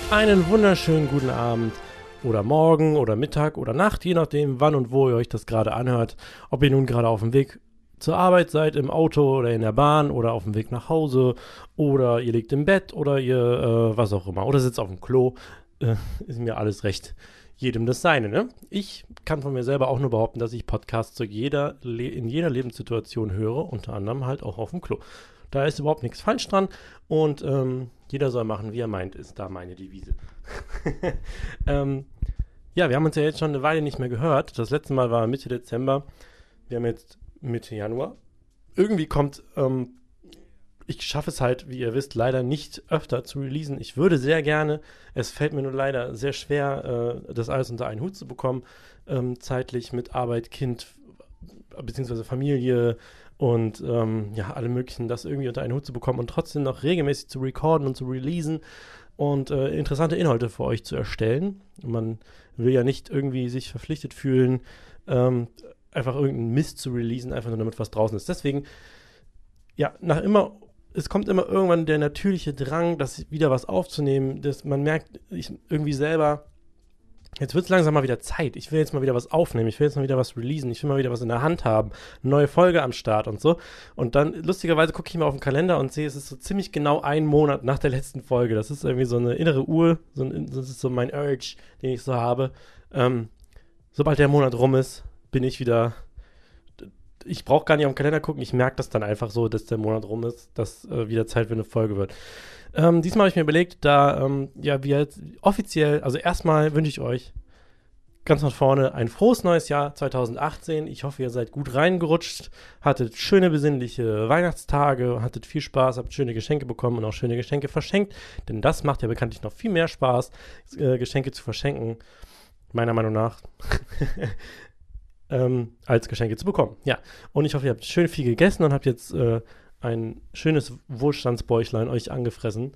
Einen wunderschönen guten Abend oder Morgen oder Mittag oder Nacht, je nachdem, wann und wo ihr euch das gerade anhört. Ob ihr nun gerade auf dem Weg zur Arbeit seid, im Auto oder in der Bahn oder auf dem Weg nach Hause oder ihr liegt im Bett oder ihr was auch immer oder sitzt auf dem Klo, ist mir alles recht. Jedem das Seine, ne? Ich kann von mir selber auch nur behaupten, dass ich Podcasts in jeder Lebenssituation höre, unter anderem halt auch auf dem Klo. Da ist überhaupt nichts falsch dran und jeder soll machen, wie er meint, ist da meine Devise. Ja, wir haben uns ja jetzt schon eine Weile nicht mehr gehört. Das letzte Mal war Mitte Dezember. Wir haben jetzt Mitte Januar. Irgendwie kommt, ich schaffe es halt, wie ihr wisst, leider nicht öfter zu releasen. Ich würde sehr gerne, es fällt mir nur leider sehr schwer, das alles unter einen Hut zu bekommen. Zeitlich mit Arbeit, Kind, beziehungsweise Familie und ja, alle möglichen, das irgendwie unter einen Hut zu bekommen und trotzdem noch regelmäßig zu recorden und zu releasen und interessante Inhalte für euch zu erstellen. Man will ja nicht irgendwie sich verpflichtet fühlen, einfach irgendeinen Mist zu releasen, einfach nur damit was draußen ist. Deswegen, ja, es kommt immer irgendwann der natürliche Drang, das wieder was aufzunehmen, dass man merkt, ich irgendwie selber, jetzt wird es langsam mal wieder Zeit. Ich will jetzt mal wieder was aufnehmen. Ich will jetzt mal wieder was releasen. Ich will mal wieder was in der Hand haben. Eine neue Folge am Start und so. Und dann, lustigerweise, gucke ich mal auf den Kalender und sehe, es ist so ziemlich genau ein Monat nach der letzten Folge. Das ist irgendwie so eine innere Uhr. Das ist so mein Urge, den ich so habe. Sobald der Monat rum ist, bin ich wieder. Ich brauche gar nicht auf den Kalender gucken. Ich merke das dann einfach so, dass der Monat rum ist, dass wieder Zeit für eine Folge wird. Diesmal habe ich mir überlegt, da ja, wir jetzt offiziell, also erstmal wünsche ich euch ganz nach vorne ein frohes neues Jahr 2018. Ich hoffe, ihr seid gut reingerutscht, hattet schöne besinnliche Weihnachtstage, hattet viel Spaß, habt schöne Geschenke bekommen und auch schöne Geschenke verschenkt, denn das macht ja bekanntlich noch viel mehr Spaß, Geschenke zu verschenken, meiner Meinung nach, als Geschenke zu bekommen. Ja, und ich hoffe, ihr habt schön viel gegessen und habt jetzt ein schönes Wohlstandsbäuchlein euch angefressen.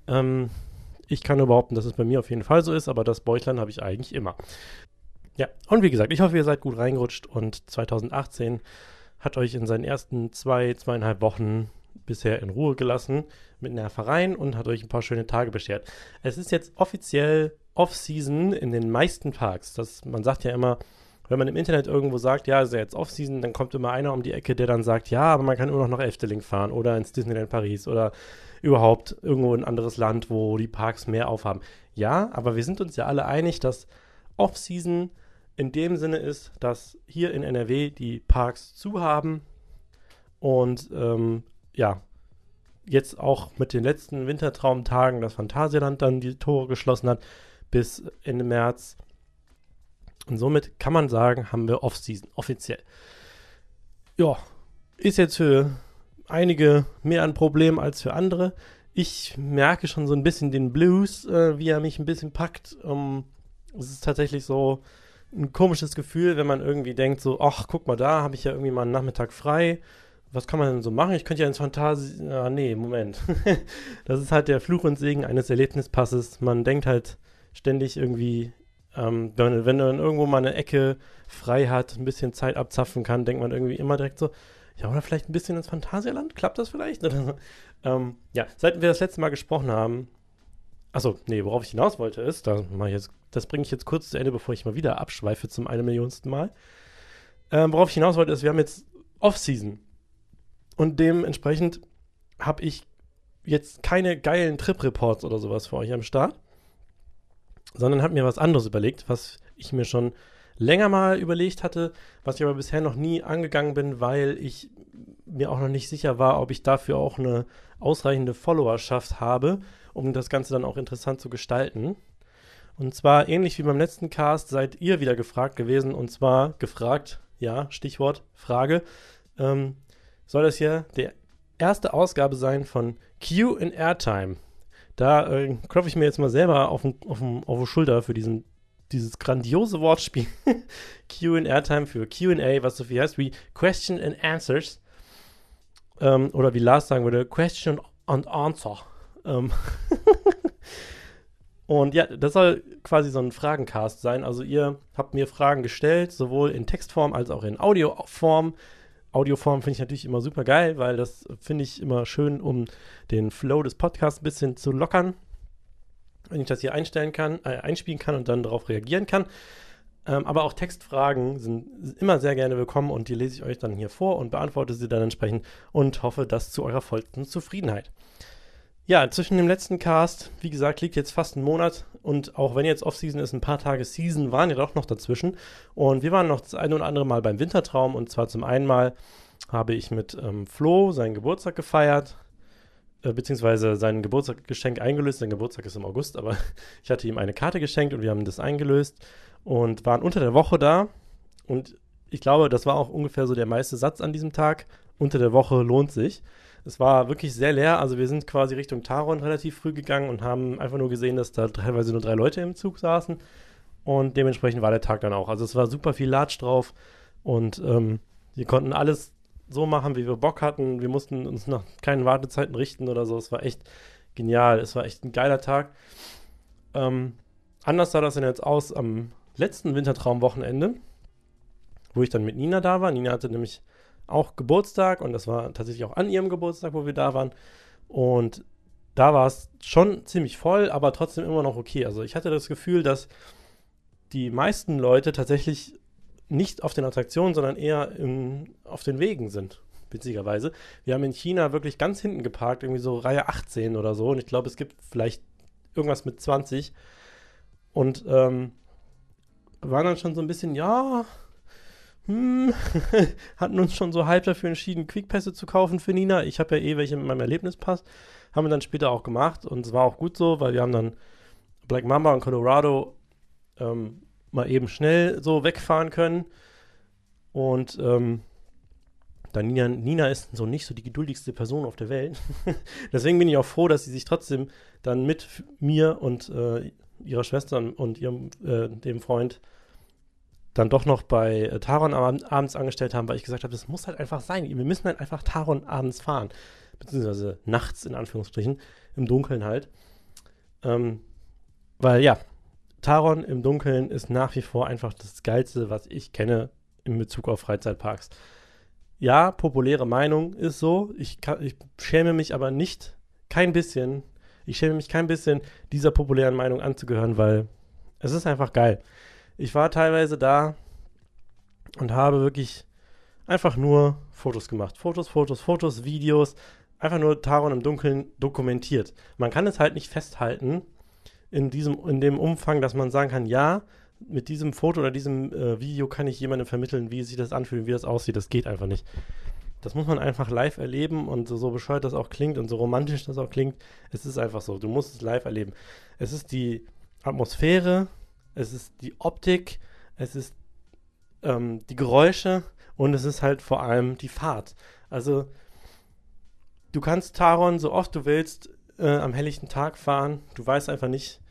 Ich kann nur behaupten, dass es bei mir auf jeden Fall so ist, aber das Bäuchlein habe ich eigentlich immer. Ja, und wie gesagt, ich hoffe, ihr seid gut reingerutscht und 2018 hat euch in seinen ersten 2,5 Wochen bisher in Ruhe gelassen mit Nervereien und hat euch ein paar schöne Tage beschert. Es ist jetzt offiziell Off-Season in den meisten Parks. Man sagt ja immer, wenn man im Internet irgendwo sagt, ja, ist ja jetzt Off-Season, dann kommt immer einer um die Ecke, der dann sagt, ja, aber man kann immer noch nach Efteling fahren oder ins Disneyland Paris oder überhaupt irgendwo in ein anderes Land, wo die Parks mehr aufhaben. Ja, aber wir sind uns ja alle einig, dass Off-Season in dem Sinne ist, dass hier in NRW die Parks zu haben und ja, jetzt auch mit den letzten Wintertraumtagen das Phantasialand dann die Tore geschlossen hat bis Ende März. Und somit kann man sagen, haben wir Off-Season, offiziell. Ja, ist jetzt für einige mehr ein Problem als für andere. Ich merke schon so ein bisschen den Blues, wie er mich ein bisschen packt. Es ist tatsächlich so ein komisches Gefühl, wenn man irgendwie denkt so, ach, guck mal, da habe ich ja irgendwie mal einen Nachmittag frei. Was kann man denn so machen? Ich könnte ja ins nee, Moment. Das ist halt der Fluch und Segen eines Erlebnispasses. Man denkt halt ständig irgendwie, wenn man dann irgendwo mal eine Ecke frei hat, ein bisschen Zeit abzapfen kann, denkt man irgendwie immer direkt so, ja, oder vielleicht ein bisschen ins Phantasialand? Klappt das vielleicht? Ja, seit wir das letzte Mal gesprochen haben, achso, nee, worauf ich hinaus wollte ist, das bringe ich jetzt kurz zu Ende, bevor ich mal wieder abschweife zum 1 Millionsten Mal. Worauf ich hinaus wollte ist, wir haben jetzt Off-Season und dementsprechend habe ich jetzt keine geilen Trip-Reports oder sowas für euch am Start, sondern habe mir was anderes überlegt, was ich mir schon länger mal überlegt hatte, was ich aber bisher noch nie angegangen bin, weil ich mir auch noch nicht sicher war, ob ich dafür auch eine ausreichende Followerschaft habe, um das Ganze dann auch interessant zu gestalten. Und zwar ähnlich wie beim letzten Cast seid ihr wieder gefragt gewesen, und zwar gefragt, ja, Stichwort Frage, soll das hier die erste Ausgabe sein von Q in Airtime. Da klopfe ich mir jetzt mal selber auf die Schulter für dieses grandiose Wortspiel. Q in Airtime für Q&A, was so viel heißt wie Question and Answers. Oder wie Lars sagen würde, Question and Answer. Und ja, das soll quasi so ein Fragencast sein. Also ihr habt mir Fragen gestellt, sowohl in Textform als auch in Audioform. Audioform finde ich natürlich immer super geil, weil das finde ich immer schön, um den Flow des Podcasts ein bisschen zu lockern. wenn ich das hier einspielen kann und dann darauf reagieren kann. Aber auch Textfragen sind immer sehr gerne willkommen und die lese ich euch dann hier vor und beantworte sie dann entsprechend und hoffe, das zu eurer vollsten Zufriedenheit. Ja, zwischen dem letzten Cast, wie gesagt, liegt jetzt fast ein Monat und auch wenn jetzt Off-Season ist, ein paar Tage Season waren ja doch noch dazwischen und wir waren noch das eine oder andere Mal beim Wintertraum und zwar zum einen Mal habe ich mit Flo seinen Geburtstag gefeiert, beziehungsweise sein Geburtstagsgeschenk eingelöst. Sein Geburtstag ist im August, aber ich hatte ihm eine Karte geschenkt und wir haben das eingelöst und waren unter der Woche da und ich glaube, das war auch ungefähr so der meiste Satz an diesem Tag. Unter der Woche lohnt sich. Es war wirklich sehr leer, also wir sind quasi Richtung Taron relativ früh gegangen und haben einfach nur gesehen, dass da teilweise nur 3 Leute im Zug saßen und dementsprechend war der Tag dann auch. Also es war super viel Latsch drauf und wir konnten alles so machen, wie wir Bock hatten. Wir mussten uns nach keinen Wartezeiten richten oder so. Es war echt genial. Es war echt ein geiler Tag. Anders sah das denn jetzt aus am letzten Wintertraum-Wochenende, wo ich dann mit Nina da war. Nina hatte nämlich auch Geburtstag und das war tatsächlich auch an ihrem Geburtstag, wo wir da waren. Und da war es schon ziemlich voll, aber trotzdem immer noch okay. Also ich hatte das Gefühl, dass die meisten Leute tatsächlich nicht auf den Attraktionen, sondern eher auf den Wegen sind, witzigerweise. Wir haben in China wirklich ganz hinten geparkt, irgendwie so Reihe 18 oder so. Und ich glaube, es gibt vielleicht irgendwas mit 20. Und waren dann schon so ein bisschen, ja, hatten uns schon so halb dafür entschieden, Quickpässe zu kaufen für Nina. Ich habe ja eh welche mit meinem Erlebnispass. Haben wir dann später auch gemacht und es war auch gut so, weil wir haben dann Black Mamba und Colorado mal eben schnell so wegfahren können. Und da Nina ist so nicht so die geduldigste Person auf der Welt. Deswegen bin ich auch froh, dass sie sich trotzdem dann mit mir und ihrer Schwester und ihrem dem Freund dann doch noch bei Taron abends angestellt haben, weil ich gesagt habe, das muss halt einfach sein. Wir müssen halt einfach Taron abends fahren. Beziehungsweise nachts, in Anführungsstrichen, im Dunkeln halt. Weil ja, Taron im Dunkeln ist nach wie vor einfach das Geilste, was ich kenne in Bezug auf Freizeitparks. Ja, populäre Meinung ist so. Ich schäme mich aber kein bisschen, dieser populären Meinung anzugehören, weil es ist einfach geil. Ich war teilweise da und habe wirklich einfach nur Fotos gemacht. Fotos, Videos. Einfach nur Taron im Dunkeln dokumentiert. Man kann es halt nicht festhalten in dem Umfang, dass man sagen kann, ja, mit diesem Foto oder diesem Video kann ich jemandem vermitteln, wie sich das anfühlt, wie das aussieht. Das geht einfach nicht. Das muss man einfach live erleben und so bescheuert das auch klingt und so romantisch das auch klingt, es ist einfach so. Du musst es live erleben. Es ist die Atmosphäre, es ist die Optik, es ist die Geräusche und es ist halt vor allem die Fahrt. Also du kannst Taron so oft du willst am helllichten Tag fahren. Du weißt einfach nicht,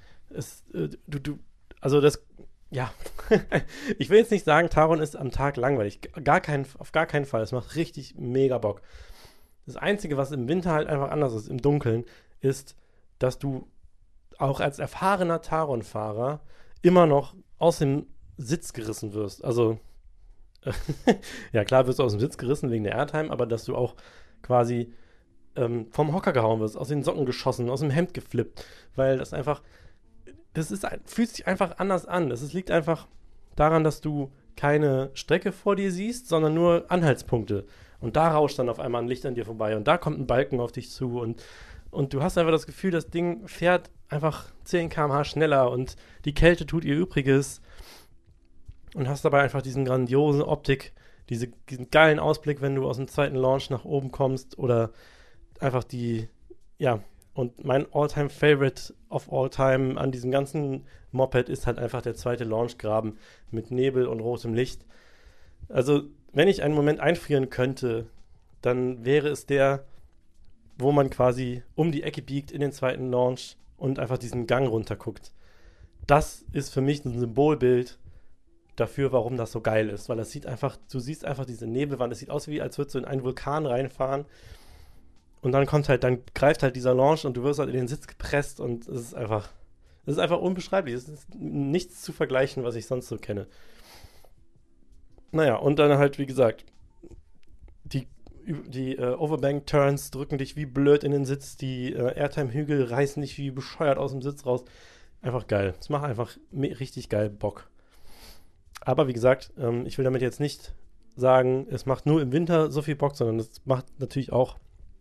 also das, ja, ich will jetzt nicht sagen, Taron ist am Tag langweilig. Auf gar keinen Fall. Es macht richtig mega Bock. Das Einzige, was im Winter halt einfach anders ist, im Dunkeln, ist, dass du auch als erfahrener Taron-Fahrer immer noch aus dem Sitz gerissen wirst. Also, ja klar wirst du aus dem Sitz gerissen wegen der Airtime, aber dass du auch quasi vom Hocker gehauen wirst, aus den Socken geschossen, aus dem Hemd geflippt, weil das einfach, fühlt sich einfach anders an. Es liegt einfach daran, dass du keine Strecke vor dir siehst, sondern nur Anhaltspunkte. Und da rauscht dann auf einmal ein Licht an dir vorbei und da kommt ein Balken auf dich zu und du hast einfach das Gefühl, das Ding fährt einfach 10 km/h schneller und die Kälte tut ihr Übriges und hast dabei einfach diesen grandiosen Optik, diesen geilen Ausblick, wenn du aus dem zweiten Launch nach oben kommst oder einfach und mein All-Time-Favorite of All-Time an diesem ganzen Moped ist halt einfach der zweite Launchgraben mit Nebel und rotem Licht. Also, wenn ich einen Moment einfrieren könnte, dann wäre es der, wo man quasi um die Ecke biegt in den zweiten Launch und einfach diesen Gang runterguckt. Das ist für mich ein Symbolbild dafür, warum das so geil ist, weil du siehst einfach diese Nebelwand, es sieht aus wie, als würdest du in einen Vulkan reinfahren und dann greift halt dieser Launch und du wirst halt in den Sitz gepresst und es ist einfach unbeschreiblich. Es ist nichts zu vergleichen, was ich sonst so kenne. Naja, und dann halt, wie gesagt, die Overbank-Turns drücken dich wie blöd in den Sitz, die Airtime-Hügel reißen dich wie bescheuert aus dem Sitz raus. Einfach geil. Es macht einfach richtig geil Bock. Aber wie gesagt, ich will damit jetzt nicht sagen, es macht nur im Winter so viel Bock, sondern es macht natürlich auch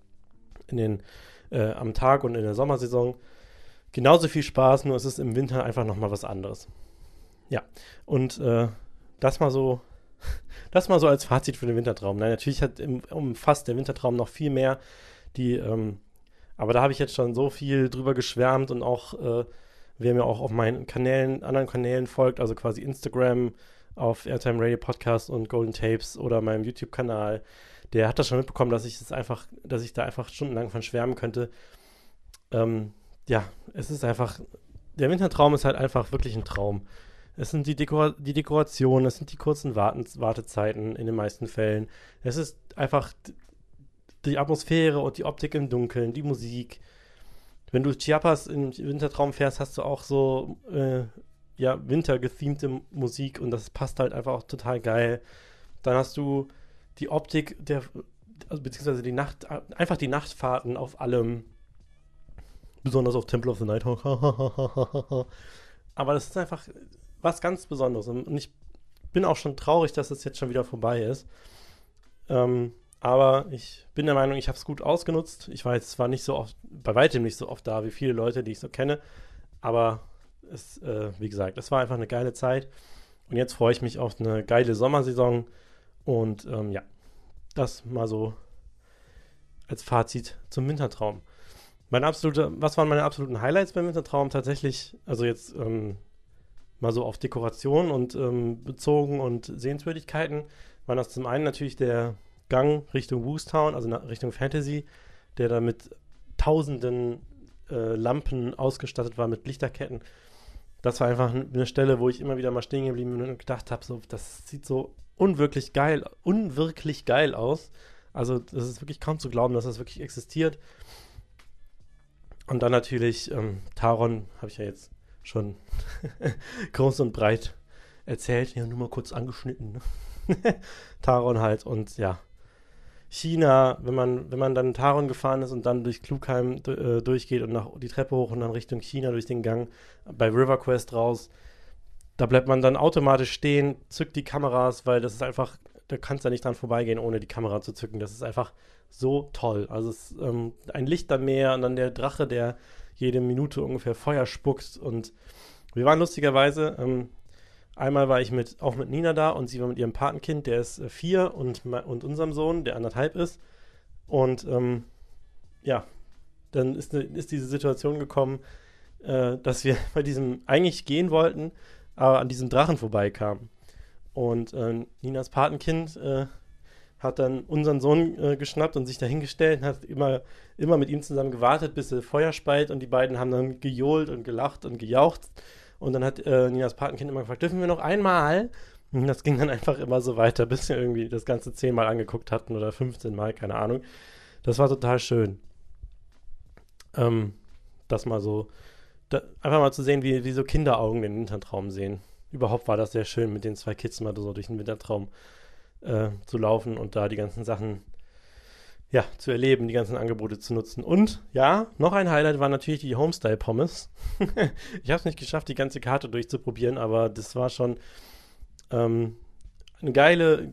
am Tag und in der Sommersaison genauso viel Spaß, nur es ist im Winter einfach nochmal was anderes. Ja, und das mal so als Fazit für den Wintertraum. Nein, natürlich umfasst der Wintertraum noch viel mehr. Aber da habe ich jetzt schon so viel drüber geschwärmt und auch, wer mir auch auf meinen anderen Kanälen folgt, also quasi Instagram, auf Airtime Radio Podcast und Golden Tapes oder meinem YouTube-Kanal, der hat das schon mitbekommen, dass ich da einfach stundenlang von schwärmen könnte. Ja, es ist einfach, der Wintertraum ist halt einfach wirklich ein Traum. Es sind die Dekorationen, es sind die kurzen Wartezeiten in den meisten Fällen. Es ist einfach die Atmosphäre und die Optik im Dunkeln, die Musik. Wenn du Chiapas im Wintertraum fährst, hast du auch so wintergethemte Musik und das passt halt einfach auch total geil. Dann hast du die Optik beziehungsweise die Nachtfahrten auf allem, besonders auf Temple of the Nighthawk. Aber das ist einfach was ganz Besonderes und ich bin auch schon traurig, dass es jetzt schon wieder vorbei ist. Aber ich bin der Meinung, ich habe es gut ausgenutzt. Ich war jetzt zwar nicht so oft, bei weitem nicht so oft da wie viele Leute, die ich so kenne, aber wie gesagt, es war einfach eine geile Zeit und jetzt freue ich mich auf eine geile Sommersaison und das mal so als Fazit zum Wintertraum. Was waren meine absoluten Highlights beim Wintertraum? Tatsächlich, also jetzt mal so auf Dekoration und bezogen und Sehenswürdigkeiten, waren das zum einen natürlich der Gang Richtung Woostown, also Richtung Fantasy, der da mit tausenden Lampen ausgestattet war, mit Lichterketten. Das war einfach eine Stelle, wo ich immer wieder mal stehen geblieben bin und gedacht habe, so, das sieht so unwirklich geil aus. Also das ist wirklich kaum zu glauben, dass das wirklich existiert. Und dann natürlich Taron, habe ich ja jetzt schon groß und breit erzählt, ja, nur mal kurz angeschnitten. Ne? Taron halt und ja, China, wenn man dann Taron gefahren ist und dann durch Klugheim durchgeht und die Treppe hoch und dann Richtung China durch den Gang bei River Quest raus, da bleibt man dann automatisch stehen, zückt die Kameras, weil das ist einfach, da kannst du ja nicht dran vorbeigehen, ohne die Kamera zu zücken. Das ist einfach so toll. Also es ist ein Lichtermeer und dann der Drache, der jede Minute ungefähr Feuer spuckt. Und wir waren lustigerweise, einmal war ich auch mit Nina da und sie war mit ihrem Patenkind, der ist 4 und unserem Sohn, der 1,5 ist. Und dann ist diese Situation gekommen, dass wir bei diesem eigentlich gehen wollten, aber an diesem Drachen vorbeikamen. Und Ninas Patenkind hat dann unseren Sohn geschnappt und sich dahingestellt und hat immer mit ihm zusammen gewartet, bis er Feuer speit und die beiden haben dann gejohlt und gelacht und gejauchzt und dann hat Ninas Patenkind immer gefragt, dürfen wir noch einmal? Und das ging dann einfach immer so weiter, bis wir irgendwie das Ganze 10 Mal angeguckt hatten oder 15 Mal, keine Ahnung. Das war total schön. Das mal so, einfach mal zu sehen, wie so Kinderaugen den Wintertraum sehen. Überhaupt war das sehr schön, mit den 2 Kids mal so durch den Wintertraum zu laufen und da die ganzen Sachen zu erleben, die ganzen Angebote zu nutzen. Und ja, noch ein Highlight war natürlich die Homestyle-Pommes. Ich habe es nicht geschafft, die ganze Karte durchzuprobieren, aber das war schon eine geile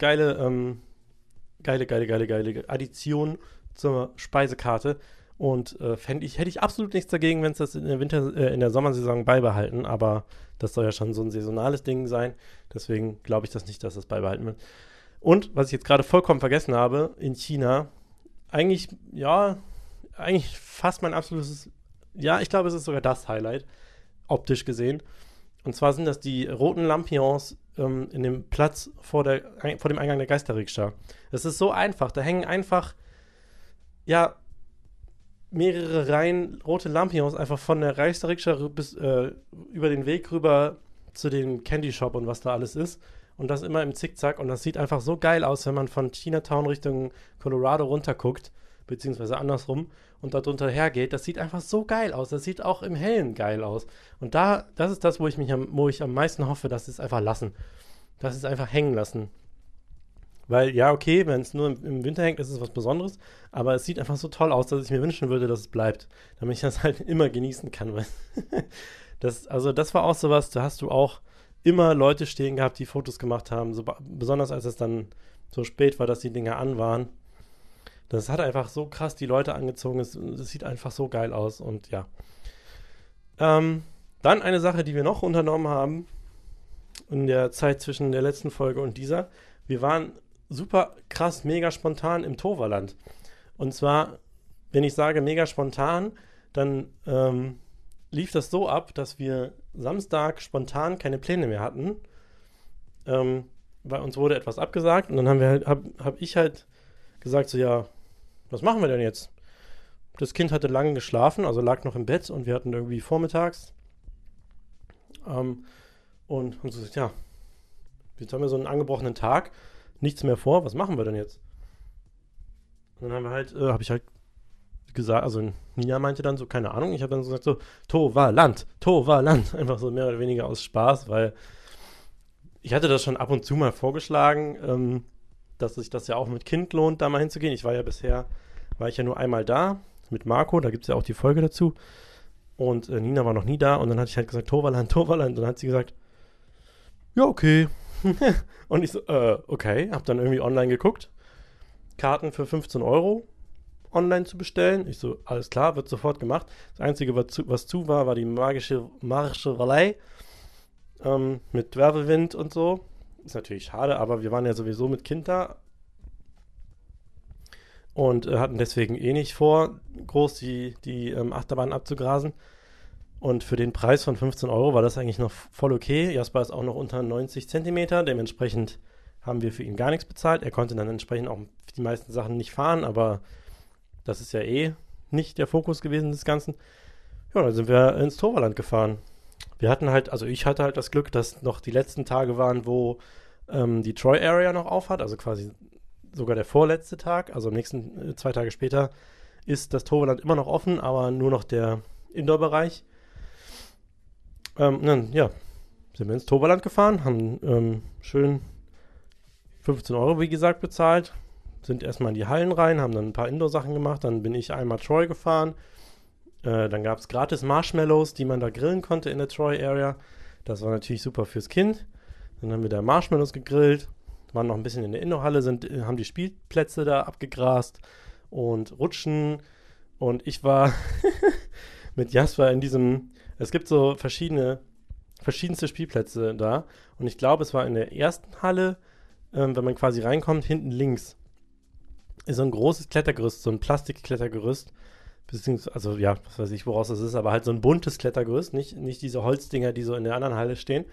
Addition zur Speisekarte. Und hätte ich absolut nichts dagegen, wenn es das in der Sommersaison beibehalten, aber das soll ja schon so ein saisonales Ding sein. Deswegen glaube ich das nicht, dass das beibehalten wird. Und, was ich jetzt gerade vollkommen vergessen habe, in China, eigentlich fast mein absolutes, ich glaube, es ist sogar das Highlight, optisch gesehen. Und zwar sind das die roten Lampions in dem Platz vor dem Eingang der Geisterrikscha. Es ist so einfach, da hängen einfach, mehrere Reihen rote Lampions einfach von der Geisterrikscha bis über den Weg rüber zu dem Candy Shop und was da alles ist. Und das immer im Zickzack. Und das sieht einfach so geil aus, wenn man von Chinatown Richtung Colorado runterguckt, beziehungsweise andersrum, und da drunter hergeht. Das sieht einfach so geil aus. Das sieht auch im Hellen geil aus. Und das ist das, wo ich am meisten hoffe, dass sie es einfach lassen. Dass sie es einfach hängen lassen. Weil, ja, okay, wenn es nur im Winter hängt, ist es was Besonderes, aber es sieht einfach so toll aus, dass ich mir wünschen würde, dass es bleibt, damit ich das halt immer genießen kann. Weil also das war auch sowas, da hast du auch immer Leute stehen gehabt, die Fotos gemacht haben, so, besonders als es dann so spät war, dass die Dinger an waren. Das hat einfach so krass die Leute angezogen, es sieht einfach so geil aus und ja. Ähm, Dann eine Sache, die wir noch unternommen haben in der Zeit zwischen der letzten Folge und dieser. Wir waren super krass, mega spontan im Toverland. Und zwar, wenn ich sage mega spontan, dann lief das so ab, dass wir Samstag spontan keine Pläne mehr hatten. Weil uns wurde etwas abgesagt und dann hab ich halt gesagt, so ja, was machen wir denn jetzt? Das Kind hatte lange geschlafen, also lag noch im Bett und wir hatten irgendwie vormittags und haben so gesagt, ja, jetzt haben wir so einen angebrochenen Tag, nichts mehr vor, was machen wir denn jetzt? Und dann habe ich halt gesagt, also Nina meinte dann so, keine Ahnung, ich habe dann so gesagt so, Toverland, Toverland, einfach so mehr oder weniger aus Spaß, weil ich hatte das schon ab und zu mal vorgeschlagen, dass sich das ja auch mit Kind lohnt, da mal hinzugehen. War ich ja nur einmal da, mit Marco, da gibt es ja auch die Folge dazu. Und Nina war noch nie da und dann hatte ich halt gesagt, Toverland, Toverland. Und dann hat sie gesagt, ja, okay. Und ich so, okay, hab dann irgendwie online geguckt. Karten für 15 Euro online zu bestellen. Ich so, alles klar, wird sofort gemacht. Das Einzige, was zu war, war die magische Valley mit Wirbelwind und so. Ist natürlich schade, aber wir waren ja sowieso mit Kind da und hatten deswegen eh nicht vor, groß die Achterbahn abzugrasen. Und für den Preis von 15 Euro war das eigentlich noch voll okay. Jasper ist auch noch unter 90 Zentimeter, dementsprechend haben wir für ihn gar nichts bezahlt. Er konnte dann entsprechend auch die meisten Sachen nicht fahren, aber das ist ja eh nicht der Fokus gewesen des Ganzen. Ja, dann sind wir ins Toverland gefahren. Ich hatte halt das Glück, dass noch die letzten Tage waren, wo die Troy Area noch auf hat, also quasi sogar der vorletzte Tag, also am nächsten 2 Tage später ist das Toverland immer noch offen, aber nur noch der Indoor-Bereich. Dann, ja, sind wir ins Toverland gefahren, haben schön 15 Euro, wie gesagt, bezahlt, sind erstmal in die Hallen rein, haben dann ein paar Indoor-Sachen gemacht, dann bin ich einmal Troy gefahren, dann gab es gratis Marshmallows, die man da grillen konnte in der Troy Area. Das war natürlich super fürs Kind. Dann haben wir da Marshmallows gegrillt, waren noch ein bisschen in der Indoor-Halle, haben die Spielplätze da abgegrast und rutschen. Und ich war mit Jasper es gibt so verschiedenste Spielplätze da. Und ich glaube, es war in der ersten Halle, wenn man quasi reinkommt, hinten links ist so ein großes Klettergerüst, so ein Plastikklettergerüst. Also ja, was weiß ich, woraus das ist, aber halt so ein buntes Klettergerüst, nicht diese Holzdinger, die so in der anderen Halle stehen.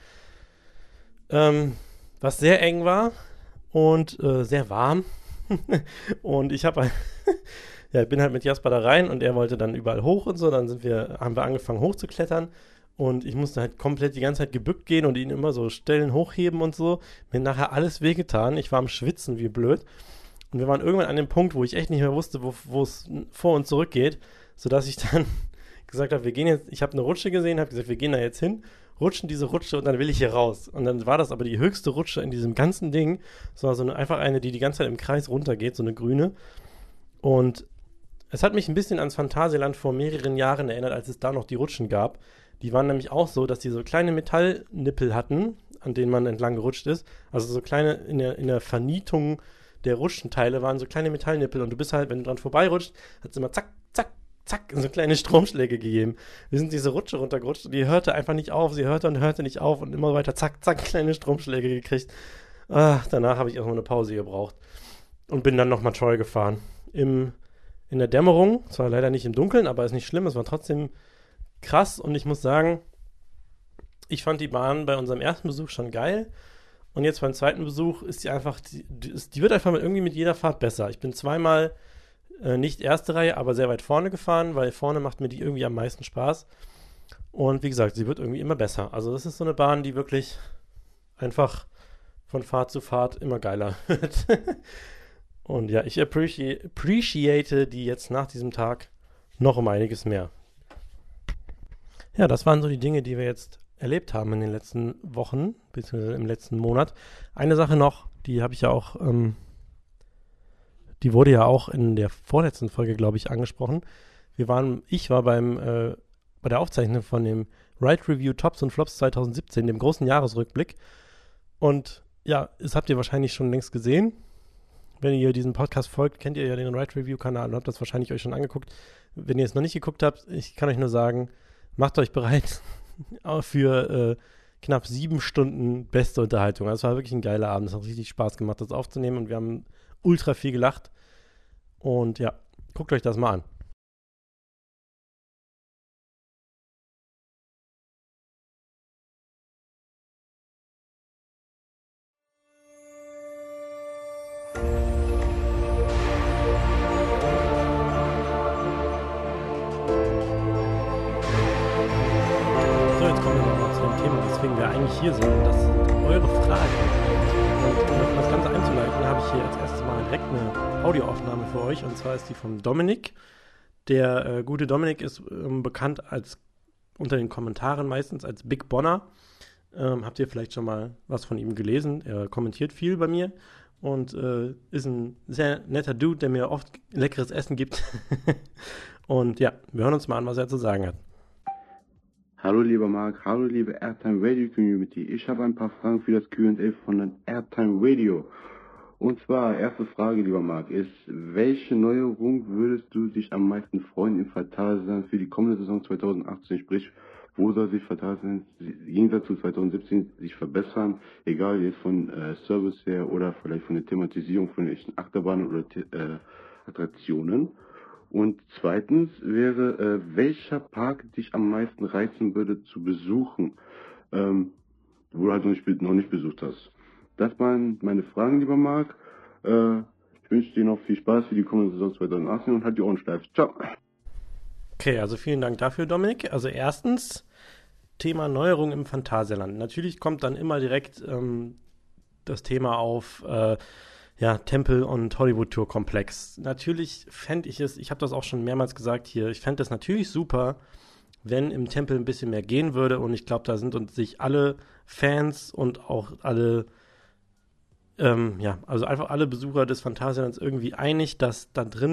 Was sehr eng war und sehr warm. Und ich bin halt mit Jasper da rein und er wollte dann überall hoch und so. Dann haben wir angefangen hochzuklettern und ich musste halt komplett die ganze Zeit gebückt gehen und ihn immer so Stellen hochheben und so. Mir nachher alles wehgetan. Ich war am Schwitzen wie blöd. Und wir waren irgendwann an dem Punkt, wo ich echt nicht mehr wusste, wo es vor und zurück geht, sodass ich dann gesagt habe, ich habe eine Rutsche gesehen, habe gesagt, wir gehen da jetzt hin, rutschen diese Rutsche und dann will ich hier raus. Und dann war das aber die höchste Rutsche in diesem ganzen Ding. Es war einfach eine, die ganze Zeit im Kreis runtergeht, so eine grüne. Und es hat mich ein bisschen ans Phantasialand vor mehreren Jahren erinnert, als es da noch die Rutschen gab. Die waren nämlich auch so, dass die so kleine Metallnippel hatten, an denen man entlang gerutscht ist. Also so kleine, in der Vernietung der Rutschenteile waren so kleine Metallnippel und du bist halt, wenn du dran vorbeirutscht, hat es immer zack, zack, zack, so kleine Stromschläge gegeben. Wir sind diese Rutsche runtergerutscht und die hörte einfach nicht auf. Sie hörte und hörte nicht auf und immer weiter zack, zack, kleine Stromschläge gekriegt. Danach habe ich erstmal eine Pause gebraucht und bin dann nochmal Troy gefahren. In der Dämmerung, zwar leider nicht im Dunkeln, aber ist nicht schlimm, es war trotzdem krass und ich muss sagen, ich fand die Bahn bei unserem ersten Besuch schon geil. Und jetzt beim zweiten Besuch ist die wird einfach irgendwie mit jeder Fahrt besser. Ich bin zweimal nicht erste Reihe, aber sehr weit vorne gefahren, weil vorne macht mir die irgendwie am meisten Spaß. Und wie gesagt, sie wird irgendwie immer besser. Also das ist so eine Bahn, die wirklich einfach von Fahrt zu Fahrt immer geiler wird. Und ja, ich appreciate die jetzt nach diesem Tag noch um einiges mehr. Ja, das waren so die Dinge, die wir jetzt erlebt haben in den letzten Wochen, beziehungsweise im letzten Monat. Eine Sache noch, die habe ich ja auch, die wurde ja auch in der vorletzten Folge, glaube ich, angesprochen. Ich war bei der Aufzeichnung von dem Ride Review Tops und Flops 2017, dem großen Jahresrückblick. Und ja, das habt ihr wahrscheinlich schon längst gesehen. Wenn ihr diesen Podcast folgt, kennt ihr ja den Ride Review Kanal und habt das wahrscheinlich euch schon angeguckt. Wenn ihr es noch nicht geguckt habt, ich kann euch nur sagen, macht euch bereit für knapp 7 Stunden beste Unterhaltung. Also es war wirklich ein geiler Abend. Es hat richtig Spaß gemacht, das aufzunehmen und wir haben ultra viel gelacht. Und ja, guckt euch das mal an. So, jetzt kommen wir nochmal zu dem Thema, weswegen wir eigentlich hier sind. Und das sind eure Fragen. Und um das Ganze einzuleiten, habe ich hier als erstes mal direkt eine Audioaufnahme für euch. Und zwar ist die vom Dominik. Der gute Dominik ist bekannt unter den Kommentaren meistens als Big Bonner. Habt ihr vielleicht schon mal was von ihm gelesen? Er kommentiert viel bei mir und ist ein sehr netter Dude, der mir oft leckeres Essen gibt. Und ja, wir hören uns mal an, was er zu sagen hat. Hallo lieber Marc, hallo liebe Airtime Radio Community. Ich habe ein paar Fragen für das Q&A von den Airtime Radio. Und zwar, erste Frage, lieber Marc, ist, welche Neuerung würdest du dich am meisten freuen im Phantasialand für die kommende Saison 2018? Sprich, wo soll sich Phantasialand im Gegensatz zu 2017 sich verbessern? Egal jetzt von Service her oder vielleicht von der Thematisierung von echten Achterbahnen oder Attraktionen. Und zweitens wäre, welcher Park dich am meisten reizen würde zu besuchen, wo du halt noch nicht besucht hast. Das waren meine Fragen, lieber Marc. Ich wünsche dir noch viel Spaß für die kommende Saison 2018 und halt die Ohren steif. Ciao. Okay, also vielen Dank dafür, Dominik. Also erstens, Thema Neuerung im Phantasialand. Natürlich kommt dann immer direkt das Thema auf Tempel- und Hollywood-Tour-Komplex. Natürlich fände ich es, ich habe das auch schon mehrmals gesagt hier, ich fände es natürlich super, wenn im Tempel ein bisschen mehr gehen würde und ich glaube, da sind uns sich alle Fans und auch alle, also einfach alle Besucher des Phantasialands irgendwie einig, dass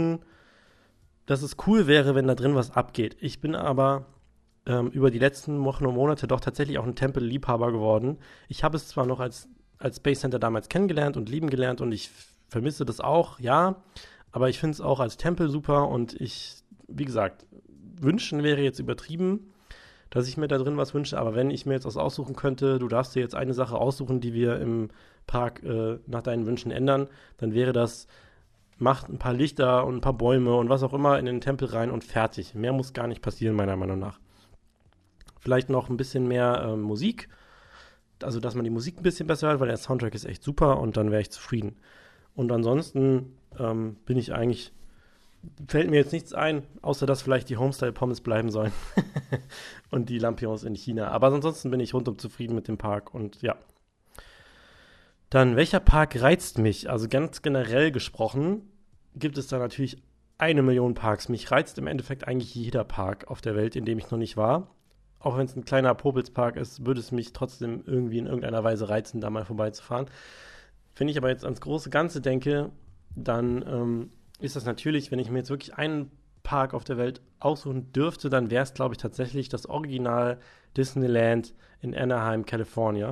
es cool wäre, wenn da drin was abgeht. Ich bin aber über die letzten Wochen und Monate doch tatsächlich auch ein Tempelliebhaber geworden. Ich habe es zwar noch als Space Center damals kennengelernt und lieben gelernt und ich vermisse das auch, ja, aber ich finde es auch als Tempel super und wie gesagt, wünschen wäre jetzt übertrieben, dass ich mir da drin was wünsche, aber wenn ich mir jetzt was aussuchen könnte, du darfst dir jetzt eine Sache aussuchen, die wir im Park nach deinen Wünschen ändern, dann wäre das, macht ein paar Lichter und ein paar Bäume und was auch immer in den Tempel rein und fertig. Mehr muss gar nicht passieren, meiner Meinung nach. Vielleicht noch ein bisschen mehr Musik, also dass man die Musik ein bisschen besser hört, weil der Soundtrack ist echt super und dann wäre ich zufrieden. Und ansonsten fällt mir jetzt nichts ein, außer dass vielleicht die Homestyle-Pommes bleiben sollen und die Lampions in China. Aber ansonsten bin ich rundum zufrieden mit dem Park und ja. Dann, welcher Park reizt mich? Also ganz generell gesprochen gibt es da natürlich 1 Million Parks. Mich reizt im Endeffekt eigentlich jeder Park auf der Welt, in dem ich noch nicht war. Auch wenn es ein kleiner Popelspark ist, würde es mich trotzdem irgendwie in irgendeiner Weise reizen, da mal vorbeizufahren. Wenn ich aber jetzt ans große Ganze denke, dann ist das natürlich, wenn ich mir jetzt wirklich einen Park auf der Welt aussuchen dürfte, dann wäre es, glaube ich, tatsächlich das Original Disneyland in Anaheim, California.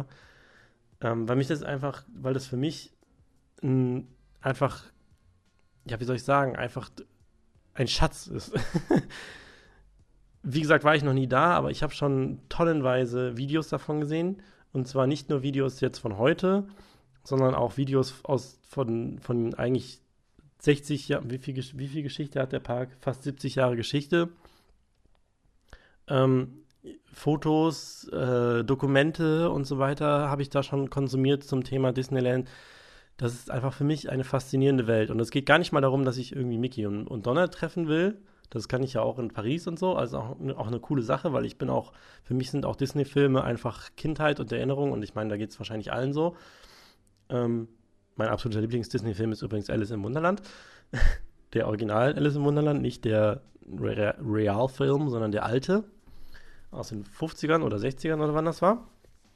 Weil das für mich einfach, ja, wie soll ich sagen, einfach ein Schatz ist. Wie gesagt, war ich noch nie da, aber ich habe schon tonnenweise Videos davon gesehen. Und zwar nicht nur Videos jetzt von heute, sondern auch Videos von eigentlich 60 Jahren. Wie viel Geschichte hat der Park? Fast 70 Jahre Geschichte. Fotos, Dokumente und so weiter habe ich da schon konsumiert zum Thema Disneyland. Das ist einfach für mich eine faszinierende Welt. Und es geht gar nicht mal darum, dass ich irgendwie Mickey und Donald treffen will. Das kann ich ja auch in Paris und so. Also auch eine coole Sache, weil für mich sind auch Disney-Filme einfach Kindheit und Erinnerung. Und ich meine, da geht es wahrscheinlich allen so. Mein absoluter Lieblings-Disney-Film ist übrigens Alice im Wunderland. Der Original Alice im Wunderland, nicht der Realfilm, sondern der alte. aus den 50ern oder 60ern oder wann das war.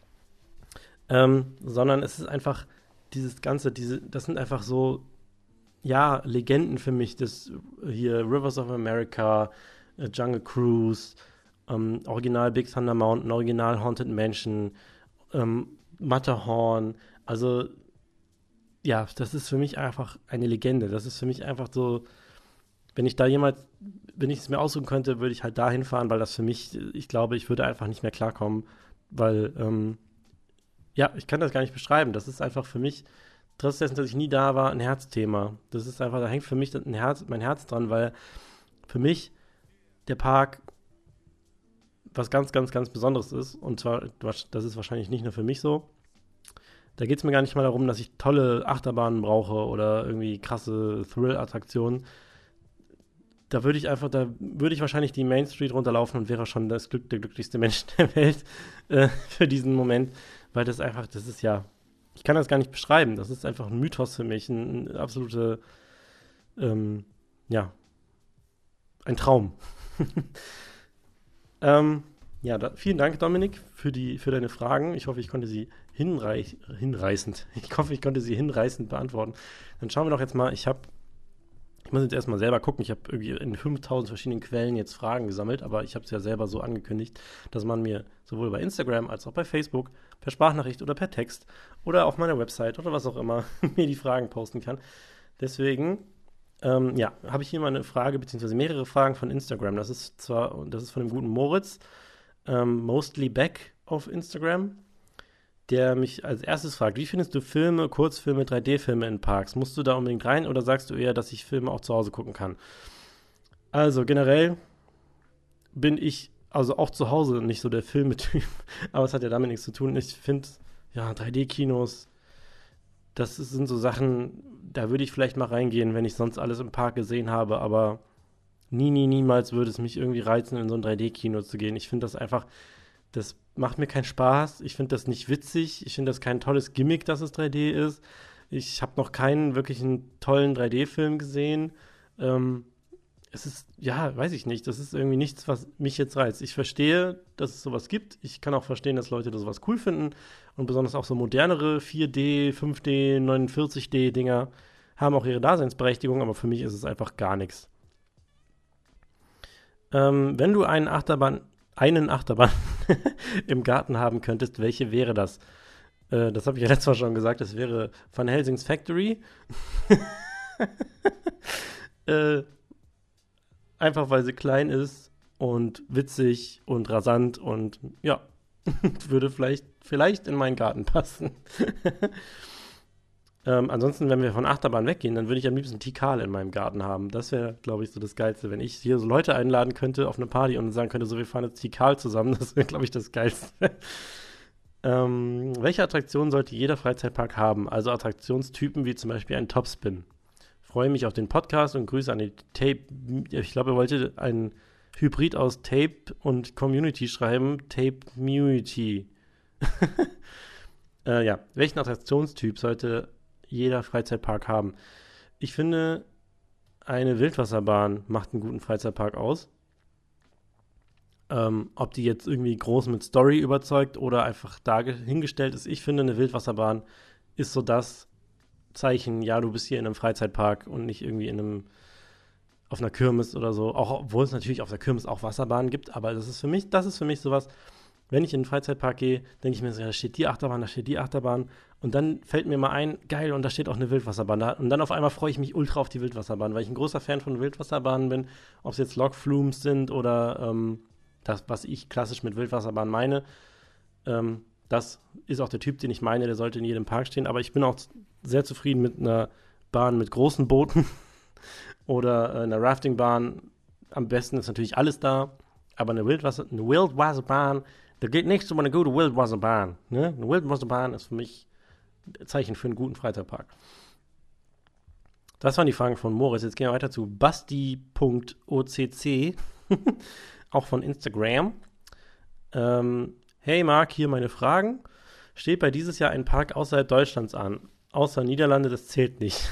Sondern es ist einfach dieses Ganze, das sind einfach so, ja, Legenden für mich. Das hier Rivers of America, Jungle Cruise, Original Big Thunder Mountain, Original Haunted Mansion, Matterhorn. Also, ja, das ist für mich einfach eine Legende. Das ist für mich einfach so, wenn ich es mir aussuchen könnte, würde ich halt dahin fahren, weil das für mich, ich glaube, ich würde einfach nicht mehr klarkommen, weil, ja, ich kann das gar nicht beschreiben. Das ist einfach für mich, trotz dessen, dass ich nie da war, ein Herzthema. Das ist einfach, da hängt für mich mein Herz dran, weil für mich der Park was ganz, ganz, ganz Besonderes ist. Und zwar, das ist wahrscheinlich nicht nur für mich so. Da geht es mir gar nicht mal darum, dass ich tolle Achterbahnen brauche oder irgendwie krasse Thrill-Attraktionen. Da würde ich wahrscheinlich die Main Street runterlaufen und wäre schon der glücklichste Mensch der Welt für diesen Moment. Weil das ist ja, ich kann das gar nicht beschreiben. Das ist einfach ein Mythos für mich, ein absolute, ja, ein Traum. Ja, vielen Dank, Dominik, für deine Fragen. Ich hoffe, ich konnte sie hinreißend beantworten. Dann schauen wir doch jetzt mal, ich muss jetzt erstmal selber gucken. Ich habe irgendwie in 5000 verschiedenen Quellen jetzt Fragen gesammelt, aber ich habe es ja selber so angekündigt, dass man mir sowohl bei Instagram als auch bei Facebook per Sprachnachricht oder per Text oder auf meiner Website oder was auch immer mir die Fragen posten kann. Deswegen, ja, habe ich hier mal eine Frage, beziehungsweise mehrere Fragen von Instagram. Das ist von dem guten Moritz, Mostly Back auf Instagram, der mich als erstes fragt, wie findest du Filme, Kurzfilme, 3D-Filme in Parks? Musst du da unbedingt rein oder sagst du eher, dass ich Filme auch zu Hause gucken kann? Also generell bin ich also auch zu Hause nicht so der Filmetyp, aber es hat ja damit nichts zu tun. Ich finde, ja, 3D-Kinos, sind so Sachen, da würde ich vielleicht mal reingehen, wenn ich sonst alles im Park gesehen habe, aber niemals würde es mich irgendwie reizen, in so ein 3D-Kino zu gehen. Ich finde das einfach, das macht mir keinen Spaß. Ich finde das nicht witzig. Ich finde das kein tolles Gimmick, dass es 3D ist. Ich habe noch keinen wirklichen tollen 3D-Film gesehen. Es ist, ja, weiß ich nicht. Das ist irgendwie nichts, was mich jetzt reizt. Ich verstehe, dass es sowas gibt. Ich kann auch verstehen, dass Leute das sowas cool finden. Und besonders auch so modernere 4D, 5D, 49D-Dinger haben auch ihre Daseinsberechtigung. Aber für mich ist es einfach gar nichts. Wenn du einen Achterbahn im Garten haben könntest, welche wäre das? Das habe ich ja letztes Mal schon gesagt, das wäre Van Helsing's Factory. Einfach weil sie klein ist und witzig und rasant und ja, würde vielleicht in meinen Garten passen. Ansonsten, wenn wir von Achterbahn weggehen, dann würde ich am liebsten Tikal in meinem Garten haben. Das wäre, glaube ich, so das Geilste. Wenn ich hier so Leute einladen könnte auf eine Party und sagen könnte, so, wir fahren jetzt Tikal zusammen, das wäre, glaube ich, das Geilste. Welche Attraktion sollte jeder Freizeitpark haben? Also Attraktionstypen wie zum Beispiel ein Topspin. Freue mich auf den Podcast und Grüße an die Tape. Ich glaube, er wollte ein Hybrid aus Tape und Community schreiben. Tape-Munity. Ja, welchen Attraktionstyp sollte jeder Freizeitpark haben? Ich finde, eine Wildwasserbahn macht einen guten Freizeitpark aus. Ob die jetzt irgendwie groß mit Story überzeugt oder einfach da hingestellt ist. Ich finde, eine Wildwasserbahn ist so das Zeichen, ja, du bist hier in einem Freizeitpark und nicht irgendwie auf einer Kirmes oder so. Auch obwohl es natürlich auf der Kirmes auch Wasserbahnen gibt, aber das ist für mich sowas. Wenn ich in den Freizeitpark gehe, denke ich mir so, ja, da steht die Achterbahn. Und dann fällt mir mal ein, geil, und da steht auch eine Wildwasserbahn da. Und dann auf einmal freue ich mich ultra auf die Wildwasserbahn, weil ich ein großer Fan von Wildwasserbahnen bin. Ob es jetzt Log-Flumes sind oder das, was ich klassisch mit Wildwasserbahn meine. Das ist auch der Typ, den ich meine, der sollte in jedem Park stehen. Aber ich bin auch sehr zufrieden mit einer Bahn mit großen Booten oder einer Raftingbahn. Am besten ist natürlich alles da. Aber eine Wildwasserbahn, da geht nichts um eine gute Wildwasserbahn. Ne? Eine Wildwasserbahn ist für mich ein Zeichen für einen guten Freizeitpark. Das waren die Fragen von Moritz. Jetzt gehen wir weiter zu basti.occ, auch von Instagram. Hey Marc, hier meine Fragen. Steht bei dieses Jahr ein Park außerhalb Deutschlands an? Außer Niederlande, das zählt nicht.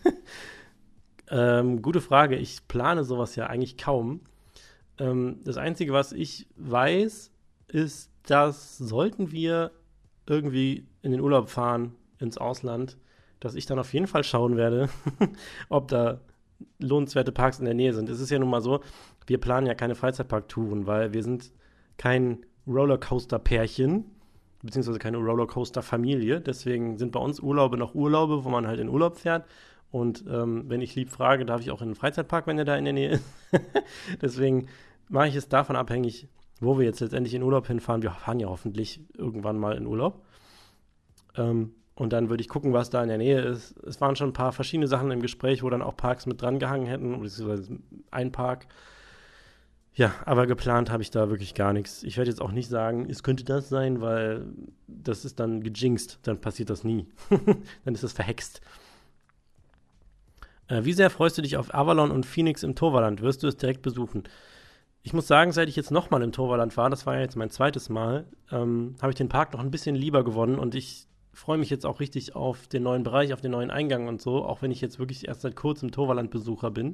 Gute Frage. Ich plane sowas ja eigentlich kaum. Das Einzige, was ich weiß, ist, dass sollten wir irgendwie in den Urlaub fahren, ins Ausland, dass ich dann auf jeden Fall schauen werde, ob da lohnenswerte Parks in der Nähe sind. Es ist ja nun mal so, wir planen ja keine Freizeitparktouren, weil wir sind kein Rollercoaster-Pärchen, beziehungsweise keine Rollercoaster-Familie. Deswegen sind bei uns Urlaube noch Urlaube, wo man halt in Urlaub fährt. Und wenn ich lieb frage, darf ich auch in den Freizeitpark, wenn der da in der Nähe ist. Deswegen mache ich es davon abhängig, wo wir jetzt letztendlich in Urlaub hinfahren. Wir fahren ja hoffentlich irgendwann mal in Urlaub. Und dann würde ich gucken, was da in der Nähe ist. Es waren schon ein paar verschiedene Sachen im Gespräch, wo dann auch Parks mit dran gehangen hätten, beziehungsweise ein Park. Ja, aber geplant habe ich da wirklich gar nichts. Ich werde jetzt auch nicht sagen, es könnte das sein, weil das ist dann gejinxt, dann passiert das nie. Dann ist das verhext. Wie sehr freust du dich auf Avalon und Phoenix im Toverland? Wirst du es direkt besuchen? Ich muss sagen, seit ich jetzt nochmal im Toverland war, das war ja jetzt mein zweites Mal, habe ich den Park noch ein bisschen lieber gewonnen und ich freue mich jetzt auch richtig auf den neuen Bereich, auf den neuen Eingang und so, auch wenn ich jetzt wirklich erst seit kurzem Toverland-Besucher bin.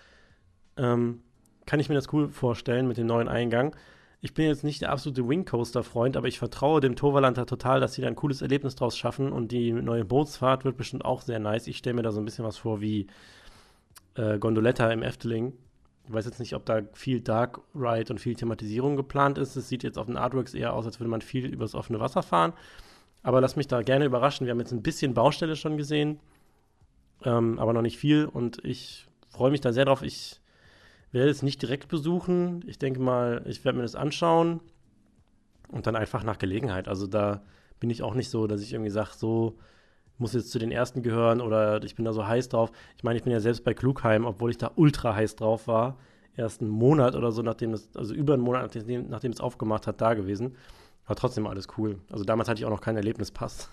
Kann ich mir das cool vorstellen mit dem neuen Eingang. Ich bin jetzt nicht der absolute Wingcoaster-Freund, aber ich vertraue dem Toverland da total, dass sie da ein cooles Erlebnis draus schaffen und die neue Bootsfahrt wird bestimmt auch sehr nice. Ich stelle mir da so ein bisschen was vor wie Gondoletta im Efteling. Ich weiß jetzt nicht, ob da viel Dark Ride und viel Thematisierung geplant ist. Es sieht jetzt auf den Artworks eher aus, als würde man viel übers offene Wasser fahren. Aber lass mich da gerne überraschen. Wir haben jetzt ein bisschen Baustelle schon gesehen, aber noch nicht viel. Und ich freue mich da sehr drauf. Ich werde es nicht direkt besuchen. Ich denke mal, ich werde mir das anschauen und dann einfach nach Gelegenheit. Also da bin ich auch nicht so, dass ich irgendwie sage, so muss jetzt zu den Ersten gehören oder ich bin da so heiß drauf. Ich meine, ich bin ja selbst bei Klugheim, obwohl ich da ultra heiß drauf war. Erst einen Monat oder so, also über einen Monat, nachdem es aufgemacht hat, da gewesen. Aber trotzdem alles cool. Also damals hatte ich auch noch keinen Erlebnispass.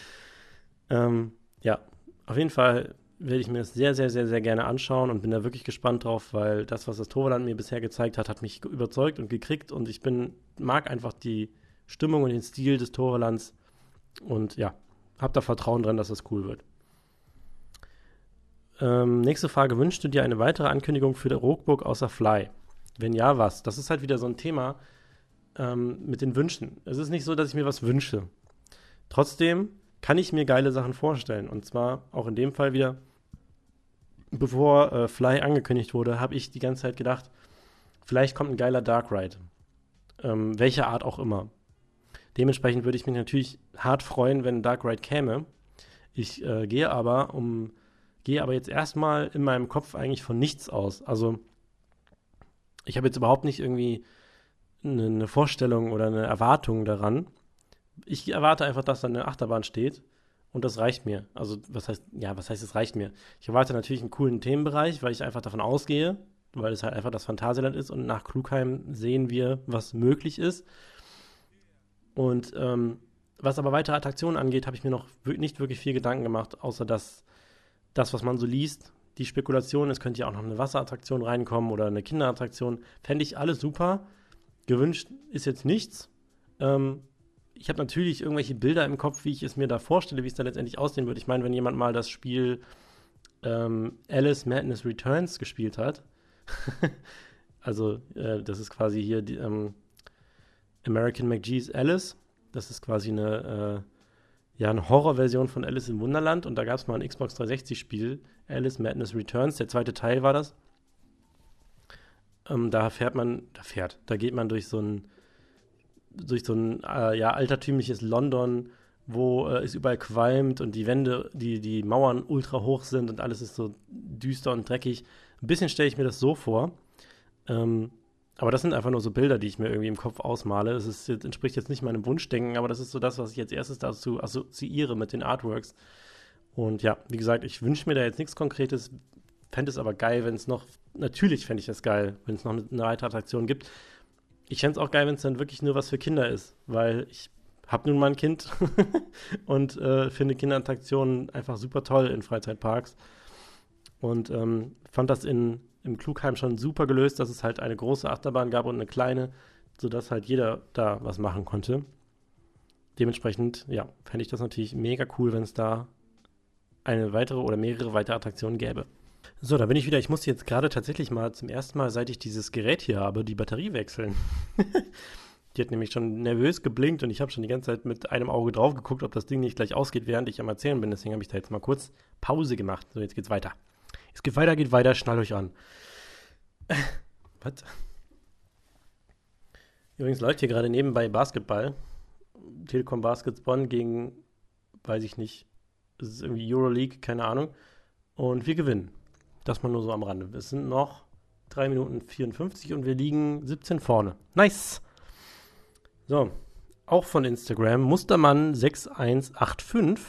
Ja, auf jeden Fall werde ich mir das sehr, sehr, sehr, sehr gerne anschauen und bin da wirklich gespannt drauf, weil das, was das Toverland mir bisher gezeigt hat, hat mich überzeugt und gekriegt und ich mag einfach die Stimmung und den Stil des Toverlands und ja, hab da Vertrauen dran, dass das cool wird. Nächste Frage, wünschst du dir eine weitere Ankündigung für der Rockburg außer Fly? Wenn ja, was? Das ist halt wieder so ein Thema mit den Wünschen. Es ist nicht so, dass ich mir was wünsche. Trotzdem kann ich mir geile Sachen vorstellen. Und zwar auch in dem Fall wieder, bevor Fly angekündigt wurde, habe ich die ganze Zeit gedacht, vielleicht kommt ein geiler Dark Ride. Welche Art auch immer. Dementsprechend würde ich mich natürlich hart freuen, wenn ein Dark Ride käme. Ich gehe aber jetzt erstmal in meinem Kopf eigentlich von nichts aus. Also ich habe jetzt überhaupt nicht irgendwie eine Vorstellung oder eine Erwartung daran. Ich erwarte einfach, dass da eine Achterbahn steht und das reicht mir. Also was heißt, es reicht mir? Ich erwarte natürlich einen coolen Themenbereich, weil ich einfach davon ausgehe, weil es halt einfach das Phantasialand ist und nach Klugheim sehen wir, was möglich ist. Und was aber weitere Attraktionen angeht, habe ich mir noch nicht wirklich viel Gedanken gemacht, außer dass das, was man so liest, die Spekulation, es könnte ja auch noch eine Wasserattraktion reinkommen oder eine Kinderattraktion, fände ich alles super. Gewünscht ist jetzt nichts. Ich habe natürlich irgendwelche Bilder im Kopf, wie ich es mir da vorstelle, wie es da letztendlich aussehen wird. Ich meine, wenn jemand mal das Spiel Alice Madness Returns gespielt hat, also das ist quasi hier die American McGee's Alice, das ist quasi eine Horrorversion von Alice im Wunderland und da gab es mal ein Xbox 360-Spiel, Alice Madness Returns, der zweite Teil war das. Da geht man durch so ein altertümliches London, wo es überall qualmt und die Wände, die Mauern ultra hoch sind und alles ist so düster und dreckig. Ein bisschen stelle ich mir das so vor. Aber das sind einfach nur so Bilder, die ich mir irgendwie im Kopf ausmale. Entspricht jetzt nicht meinem Wunschdenken, aber das ist so das, was ich als erstes dazu assoziiere mit den Artworks. Und ja, wie gesagt, ich wünsche mir da jetzt nichts Konkretes, fände es aber geil, natürlich fände ich das geil, wenn es noch eine weitere Attraktion gibt. Ich fände es auch geil, wenn es dann wirklich nur was für Kinder ist, weil ich habe nun mal ein Kind und finde Kinderattraktionen einfach super toll in Freizeitparks. Und fand das im Klugheim schon super gelöst, dass es halt eine große Achterbahn gab und eine kleine, sodass halt jeder da was machen konnte. Dementsprechend, ja, fände ich das natürlich mega cool, wenn es da eine weitere oder mehrere weitere Attraktionen gäbe. So, da bin ich wieder. Ich musste jetzt gerade tatsächlich mal zum ersten Mal, seit ich dieses Gerät hier habe, die Batterie wechseln. Die hat nämlich schon nervös geblinkt und ich habe schon die ganze Zeit mit einem Auge drauf geguckt, ob das Ding nicht gleich ausgeht, während ich am Erzählen bin. Deswegen habe ich da jetzt mal kurz Pause gemacht. So, jetzt geht's weiter. Es geht weiter, schnallt euch an. Was? Übrigens läuft hier gerade nebenbei Basketball. Telekom Baskets Bonn gegen, weiß ich nicht, es ist irgendwie Euroleague, keine Ahnung. Und wir gewinnen. Das mal nur so am Rande. Es sind noch 3 Minuten 54 und wir liegen 17 vorne. Nice! So, auch von Instagram, Mustermann6185.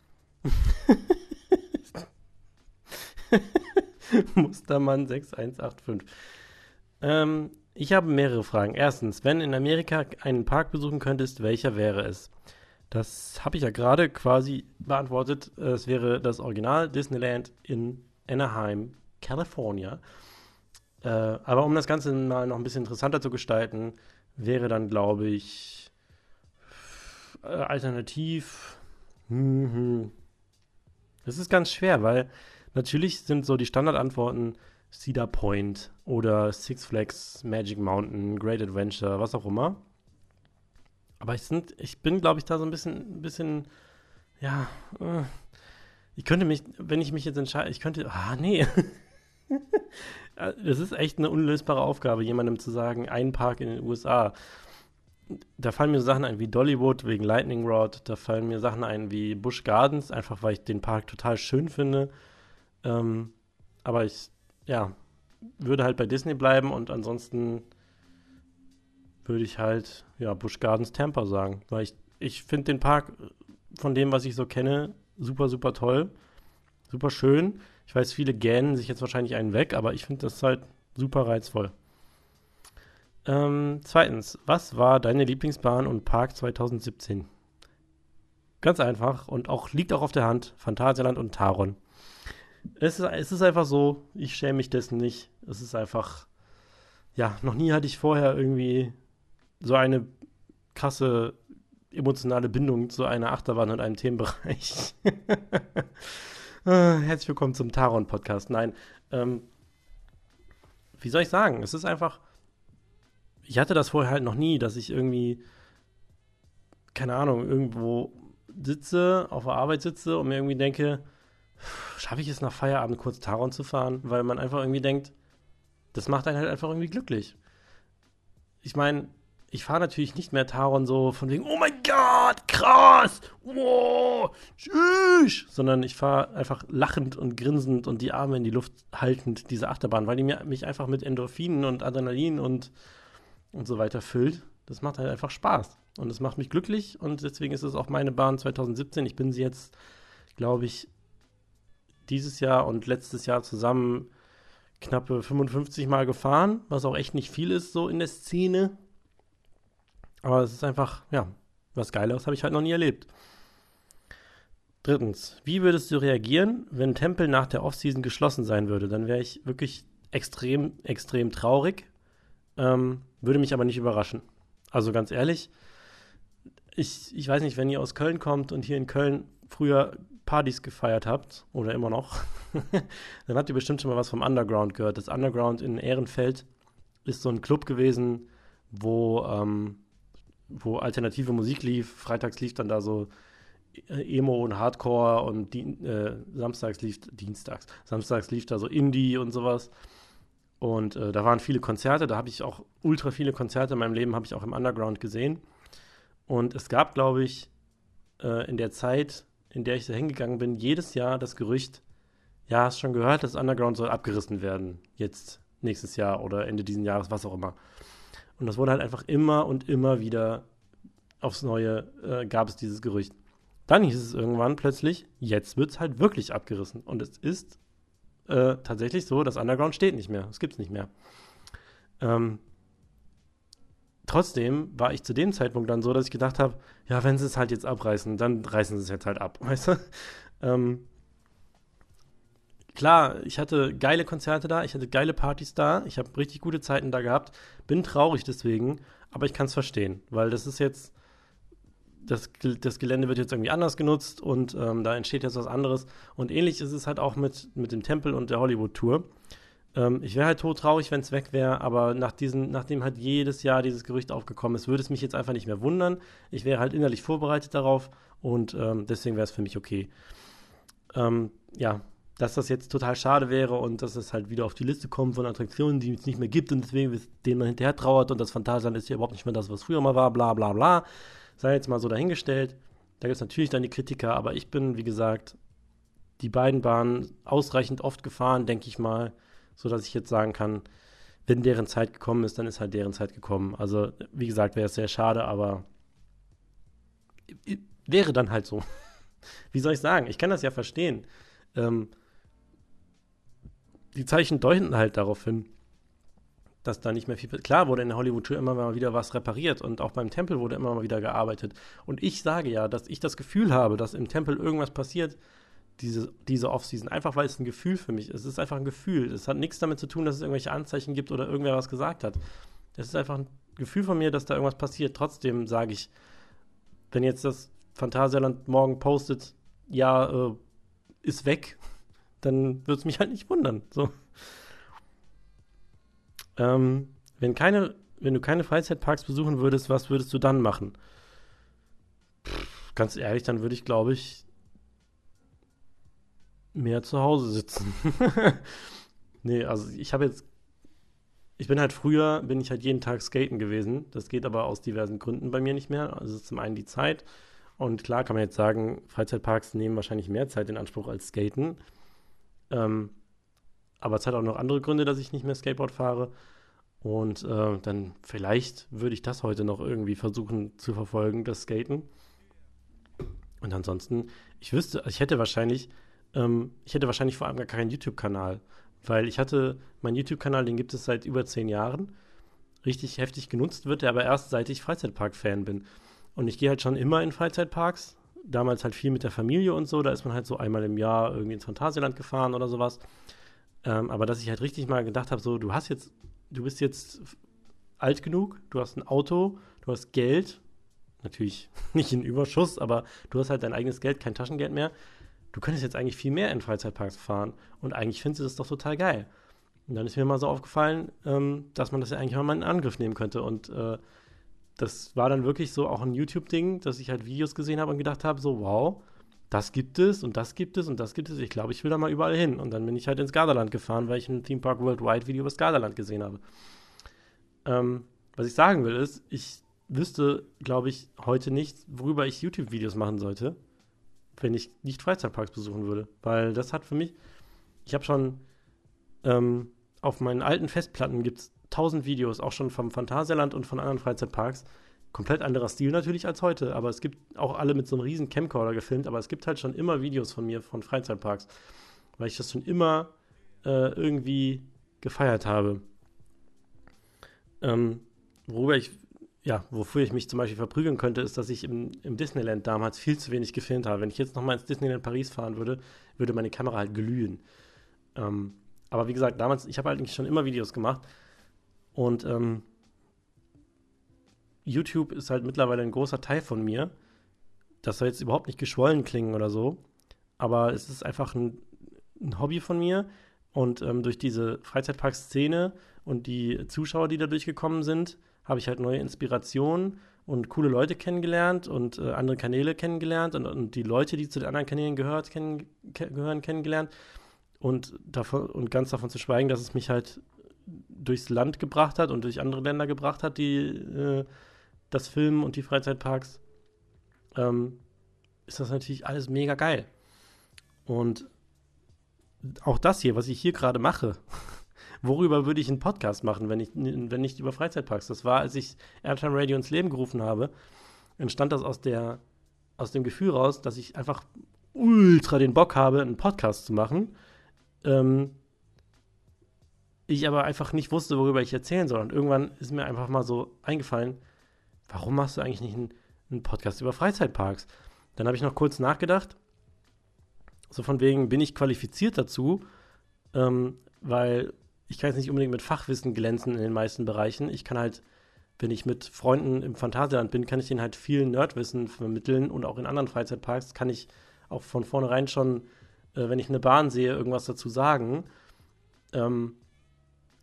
Mustermann6185. Ich habe mehrere Fragen. Erstens, wenn in Amerika einen Park besuchen könntest, welcher wäre es? Das habe ich ja gerade quasi beantwortet. Es wäre das Original Disneyland in Anaheim, California. Aber um das Ganze mal noch ein bisschen interessanter zu gestalten, wäre dann, glaube ich, alternativ. Das ist ganz schwer, weil natürlich sind so die Standardantworten Cedar Point oder Six Flags, Magic Mountain, Great Adventure, was auch immer. Aber ich bin, glaube ich, da so ein bisschen, ja, ich könnte mich, wenn ich mich jetzt entscheide, nee. Das ist echt eine unlösbare Aufgabe, jemandem zu sagen, einen Park in den USA. Da fallen mir so Sachen ein wie Dollywood wegen Lightning Rod, da fallen mir Sachen ein wie Busch Gardens, einfach weil ich den Park total schön finde. Aber ich, würde halt bei Disney bleiben und ansonsten würde ich halt, Busch Gardens Tampa sagen, weil ich finde den Park von dem, was ich so kenne, super, super toll, super schön. Ich weiß, viele gähnen sich jetzt wahrscheinlich einen weg, aber ich finde das halt super reizvoll. Zweitens, was war deine Lieblingsbahn und Park 2017? Ganz einfach und liegt auch auf der Hand, Phantasialand und Taron. Es ist einfach so, ich schäme mich dessen nicht. Es ist einfach, noch nie hatte ich vorher irgendwie so eine krasse emotionale Bindung zu einer Achterbahn und einem Themenbereich. Herzlich willkommen zum Taron-Podcast. Nein, wie soll ich sagen? Es ist einfach, ich hatte das vorher halt noch nie, dass ich irgendwie, keine Ahnung, irgendwo sitze, auf der Arbeit sitze und mir irgendwie denke, schaffe ich es nach Feierabend kurz Taron zu fahren? Weil man einfach irgendwie denkt, das macht einen halt einfach irgendwie glücklich. Ich meine, ich fahre natürlich nicht mehr Taron so von wegen, oh mein Gott, krass, wow, tschüss, sondern ich fahre einfach lachend und grinsend und die Arme in die Luft haltend diese Achterbahn, weil die mich einfach mit Endorphinen und Adrenalin und so weiter füllt. Das macht halt einfach Spaß und das macht mich glücklich und deswegen ist es auch meine Bahn 2017. Ich bin sie jetzt, glaube ich, dieses Jahr und letztes Jahr zusammen knappe 55 Mal gefahren, was auch echt nicht viel ist so in der Szene. Aber es ist einfach, was Geileres habe ich halt noch nie erlebt. Drittens, wie würdest du reagieren, wenn Tempel nach der Offseason geschlossen sein würde? Dann wäre ich wirklich extrem, extrem traurig, würde mich aber nicht überraschen. Also ganz ehrlich, ich weiß nicht, wenn ihr aus Köln kommt und hier in Köln früher Partys gefeiert habt, oder immer noch, dann habt ihr bestimmt schon mal was vom Underground gehört. Das Underground in Ehrenfeld ist so ein Club gewesen, wo alternative Musik lief. Freitags lief dann da so Emo und Hardcore und samstags lief da so Indie und sowas. Und da waren viele Konzerte, da habe ich auch ultra viele Konzerte in meinem Leben, habe ich auch im Underground gesehen. Und es gab, glaube ich, in der Zeit, in der ich da hingegangen bin, jedes Jahr das Gerücht, hast schon gehört, das Underground soll abgerissen werden. Jetzt, nächstes Jahr oder Ende dieses Jahres, was auch immer. Und das wurde halt einfach immer und immer wieder aufs Neue gab es dieses Gerücht. Dann hieß es irgendwann plötzlich, jetzt wird es halt wirklich abgerissen. Und es ist tatsächlich so, das Underground steht nicht mehr. Es gibt es nicht mehr. Trotzdem war ich zu dem Zeitpunkt dann so, dass ich gedacht habe, wenn sie es halt jetzt abreißen, dann reißen sie es jetzt halt ab, weißt du? Klar, ich hatte geile Konzerte da, ich hatte geile Partys da, ich habe richtig gute Zeiten da gehabt, bin traurig deswegen, aber ich kann es verstehen, weil das ist jetzt, das Gelände wird jetzt irgendwie anders genutzt und da entsteht jetzt was anderes und ähnlich ist es halt auch mit dem Tempel und der Hollywood-Tour. Ich wäre halt todtraurig, wenn es weg wäre, aber nachdem halt jedes Jahr dieses Gerücht aufgekommen ist, würde es mich jetzt einfach nicht mehr wundern. Ich wäre halt innerlich vorbereitet darauf und deswegen wäre es für mich okay. Ja, dass das jetzt total schade wäre und dass es halt wieder auf die Liste kommt von Attraktionen, die es nicht mehr gibt und deswegen denen man hinterher trauert und das Phantasialand ist ja überhaupt nicht mehr das, was früher mal war, bla bla bla. Sei jetzt mal so dahingestellt. Da gibt es natürlich dann die Kritiker, aber ich bin, wie gesagt, die beiden Bahnen ausreichend oft gefahren, denke ich mal, sodass ich jetzt sagen kann, wenn deren Zeit gekommen ist, dann ist halt deren Zeit gekommen. Also, wie gesagt, wäre es sehr schade, aber wäre dann halt so. Wie soll ich sagen? Ich kann das ja verstehen. Ähm, die Zeichen deuten halt darauf hin, dass da nicht mehr viel. Klar wurde in der Hollywood-Tour immer mal wieder was repariert und auch beim Tempel wurde immer mal wieder gearbeitet. Und ich sage ja, dass ich das Gefühl habe, dass im Tempel irgendwas passiert, diese Off-Season. Einfach weil es ein Gefühl für mich ist. Es ist einfach ein Gefühl. Es hat nichts damit zu tun, dass es irgendwelche Anzeichen gibt oder irgendwer was gesagt hat. Es ist einfach ein Gefühl von mir, dass da irgendwas passiert. Trotzdem sage ich, wenn jetzt das Phantasialand morgen postet, ja, ist weg, dann würde es mich halt nicht wundern. So. Wenn du keine Freizeitparks besuchen würdest, was würdest du dann machen? Ganz ehrlich, dann würde ich, glaube ich, mehr zu Hause sitzen. Nee, also bin ich halt jeden Tag skaten gewesen. Das geht aber aus diversen Gründen bei mir nicht mehr. Also es ist zum einen die Zeit. Und klar kann man jetzt sagen, Freizeitparks nehmen wahrscheinlich mehr Zeit in Anspruch als Skaten. Ähm, aber es hat auch noch andere Gründe, dass ich nicht mehr Skateboard fahre. Und dann vielleicht würde ich das heute noch irgendwie versuchen zu verfolgen, das Skaten. Und ansonsten, ich hätte wahrscheinlich vor allem gar keinen YouTube-Kanal, weil meinen YouTube-Kanal, den gibt es seit über 10 Jahren. Richtig heftig genutzt wird er aber erst, seit ich Freizeitpark-Fan bin. Und ich gehe halt schon immer in Freizeitparks. Damals halt viel mit der Familie und so. Da ist man halt so einmal im Jahr irgendwie ins Phantasialand gefahren oder sowas. Aber dass ich halt richtig mal gedacht habe, so, du bist jetzt alt genug, du hast ein Auto, du hast Geld. Natürlich nicht in Überschuss, aber du hast halt dein eigenes Geld, kein Taschengeld mehr. Du könntest jetzt eigentlich viel mehr in Freizeitparks fahren. Und eigentlich findest du das doch total geil. Und dann ist mir mal so aufgefallen, dass man das ja eigentlich mal in Angriff nehmen könnte. Und das war dann wirklich so auch ein YouTube-Ding, dass ich halt Videos gesehen habe und gedacht habe, so wow, das gibt es und das gibt es und das gibt es. Ich glaube, ich will da mal überall hin. Und dann bin ich halt ins Gardaland gefahren, weil ich ein Theme Park Worldwide Video über das Gardaland gesehen habe. Was ich sagen will ist, ich wüsste, glaube ich, heute nicht, worüber ich YouTube-Videos machen sollte, wenn ich nicht Freizeitparks besuchen würde. Weil das hat für mich, ich habe schon auf meinen alten Festplatten gibt es 1000 Videos, auch schon vom Phantasialand und von anderen Freizeitparks. Komplett anderer Stil natürlich als heute, aber es gibt auch alle mit so einem riesen Camcorder gefilmt, aber es gibt halt schon immer Videos von mir von Freizeitparks, weil ich das schon immer irgendwie gefeiert habe. Ähm, worüber ich, wofür ich mich zum Beispiel verprügeln könnte, ist, dass ich im Disneyland damals viel zu wenig gefilmt habe. Wenn ich jetzt nochmal ins Disneyland Paris fahren würde, würde meine Kamera halt glühen. Aber wie gesagt, damals, ich habe halt eigentlich schon immer Videos gemacht und YouTube ist halt mittlerweile ein großer Teil von mir. Das soll jetzt überhaupt nicht geschwollen klingen oder so, aber es ist einfach ein Hobby von mir und durch diese Freizeitpark-Szene und die Zuschauer, die da durchgekommen sind, habe ich halt neue Inspirationen und coole Leute kennengelernt und andere Kanäle kennengelernt und die Leute, die zu den anderen Kanälen gehören, kennengelernt. Und ganz davon zu schweigen, dass es mich halt durchs Land gebracht hat und durch andere Länder gebracht hat, das Filmen und die Freizeitparks, ist das natürlich alles mega geil. Und auch das hier, was ich hier gerade mache, worüber würde ich einen Podcast machen, wenn nicht über Freizeitparks? Das war, als ich Airtime Radio ins Leben gerufen habe, entstand das aus dem Gefühl raus, dass ich einfach ultra den Bock habe, einen Podcast zu machen. Ich aber einfach nicht wusste, worüber ich erzählen soll. Und irgendwann ist mir einfach mal so eingefallen, warum machst du eigentlich nicht einen Podcast über Freizeitparks? Dann habe ich noch kurz nachgedacht, so von wegen, bin ich qualifiziert dazu, weil ich kann jetzt nicht unbedingt mit Fachwissen glänzen in den meisten Bereichen. Ich kann halt, wenn ich mit Freunden im Phantasialand bin, kann ich denen halt viel Nerdwissen vermitteln und auch in anderen Freizeitparks kann ich auch von vornherein schon, wenn ich eine Bahn sehe, irgendwas dazu sagen.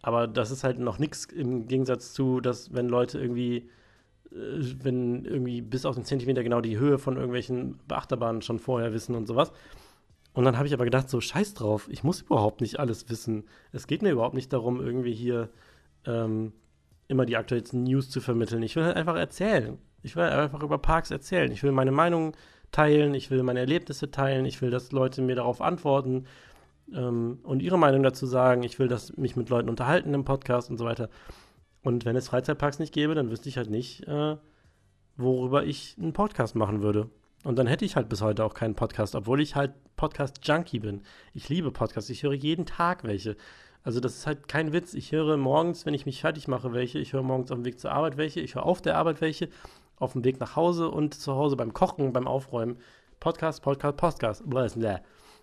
Aber das ist halt noch nichts im Gegensatz zu, dass wenn Leute wenn irgendwie bis auf den Zentimeter genau die Höhe von irgendwelchen Achterbahnen schon vorher wissen und sowas. Und dann habe ich aber gedacht, so scheiß drauf, ich muss überhaupt nicht alles wissen. Es geht mir überhaupt nicht darum, irgendwie hier immer die aktuellsten News zu vermitteln. Ich will halt einfach erzählen. Ich will einfach über Parks erzählen. Ich will meine Meinung teilen, ich will meine Erlebnisse teilen, ich will, dass Leute mir darauf antworten und ihre Meinung dazu sagen. Ich will, dass mich mit Leuten unterhalten im Podcast und so weiter. Und wenn es Freizeitparks nicht gäbe, dann wüsste ich halt nicht, worüber ich einen Podcast machen würde. Und dann hätte ich halt bis heute auch keinen Podcast, obwohl ich halt Podcast-Junkie bin. Ich liebe Podcasts, ich höre jeden Tag welche. Also das ist halt kein Witz. Ich höre morgens, wenn ich mich fertig mache, welche. Ich höre morgens auf dem Weg zur Arbeit welche. Ich höre auf der Arbeit welche. Auf dem Weg nach Hause und zu Hause beim Kochen, beim Aufräumen. Podcast. Blablabla.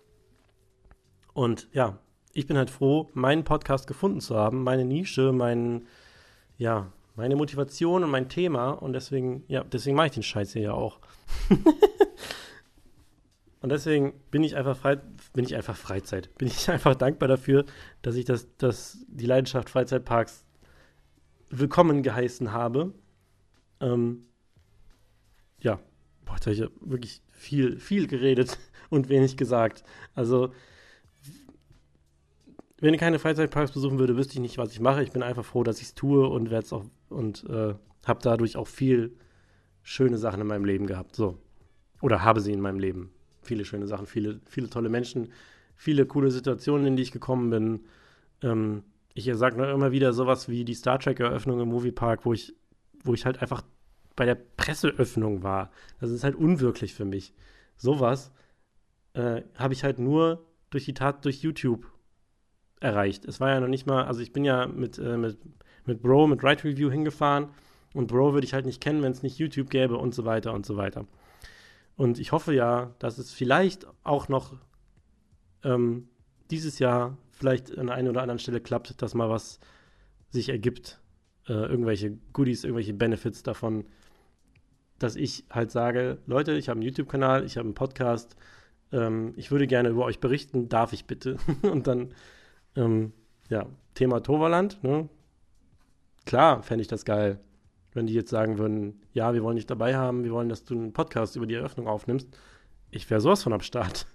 Und ja, ich bin halt froh, meinen Podcast gefunden zu haben. Meine Nische, meine Motivation und mein Thema. Und deswegen mache ich den Scheiß hier ja auch. Und deswegen bin ich einfach dankbar dafür, dass ich die Leidenschaft Freizeitparks willkommen geheißen habe. Jetzt habe ich ja wirklich viel geredet und wenig gesagt. Also, wenn ich keine Freizeitparks besuchen würde, wüsste ich nicht, was ich mache. Ich bin einfach froh, dass ich es tue und werde es auch habe dadurch auch viel schöne Sachen in meinem Leben gehabt. So. Oder habe sie in meinem Leben. Viele schöne Sachen, viele tolle Menschen, viele coole Situationen, in die ich gekommen bin. Ich sage noch immer wieder sowas wie die Star Trek-Eröffnung im Moviepark, wo ich halt einfach bei der Presseöffnung war. Das ist halt unwirklich für mich. Sowas habe ich halt nur durch YouTube erreicht. Es war ja noch nicht mal, also ich bin ja mit Bro, mit Ride Review hingefahren und Bro würde ich halt nicht kennen, wenn es nicht YouTube gäbe und so weiter und so weiter. Und ich hoffe ja, dass es vielleicht auch noch dieses Jahr vielleicht an einer oder anderen Stelle klappt, dass mal was sich ergibt. Irgendwelche Goodies, irgendwelche Benefits davon, dass ich halt sage, Leute, ich habe einen YouTube-Kanal, ich habe einen Podcast, ich würde gerne über euch berichten, darf ich bitte? Und dann, Thema Toverland, ne? Klar fände ich das geil, wenn die jetzt sagen würden, ja, wir wollen dich dabei haben, wir wollen, dass du einen Podcast über die Eröffnung aufnimmst. Ich wäre sowas von am Start.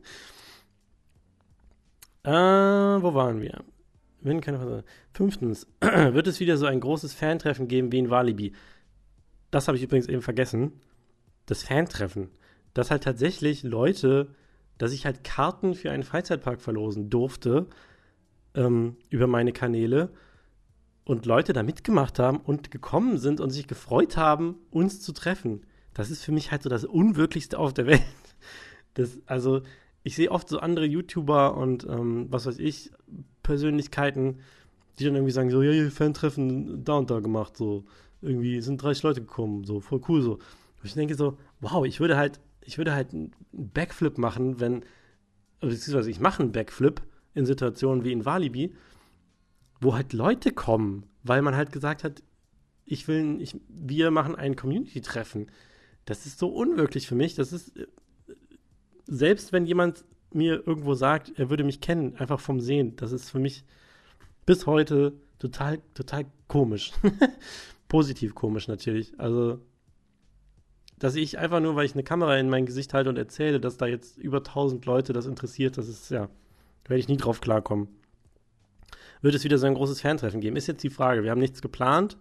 Wo waren wir? Wenn keine 5. Wird es wieder so ein großes Fantreffen geben wie in Walibi? Das habe ich übrigens eben vergessen. Das Fantreffen. Dass halt tatsächlich dass ich halt Karten für einen Freizeitpark verlosen durfte über meine Kanäle und Leute da mitgemacht haben und gekommen sind und sich gefreut haben, uns zu treffen. Das ist für mich halt so das Unwirklichste auf der Welt. Also, ich sehe oft so andere YouTuber und was weiß ich, Persönlichkeiten, die dann irgendwie sagen, so, ja, ihr Fan-Treffen da und da gemacht, so. Irgendwie sind 30 Leute gekommen, so, voll cool, so. Und ich denke so, wow, ich würde halt einen Backflip machen, beziehungsweise ich mache einen Backflip in Situationen wie in Walibi, wo halt Leute kommen, weil man halt gesagt hat, wir machen ein Community-Treffen. Das ist so unwirklich für mich. Das ist, selbst wenn jemand mir irgendwo sagt, er würde mich kennen, einfach vom Sehen, das ist für mich bis heute total, total komisch. Positiv komisch natürlich. Also, dass ich einfach nur, weil ich eine Kamera in mein Gesicht halte und erzähle, dass da jetzt über 1000 Leute das interessiert, das ist, ja, da werde ich nie drauf klarkommen. Wird es wieder so ein großes Fantreffen geben? Ist jetzt die Frage. Wir haben nichts geplant.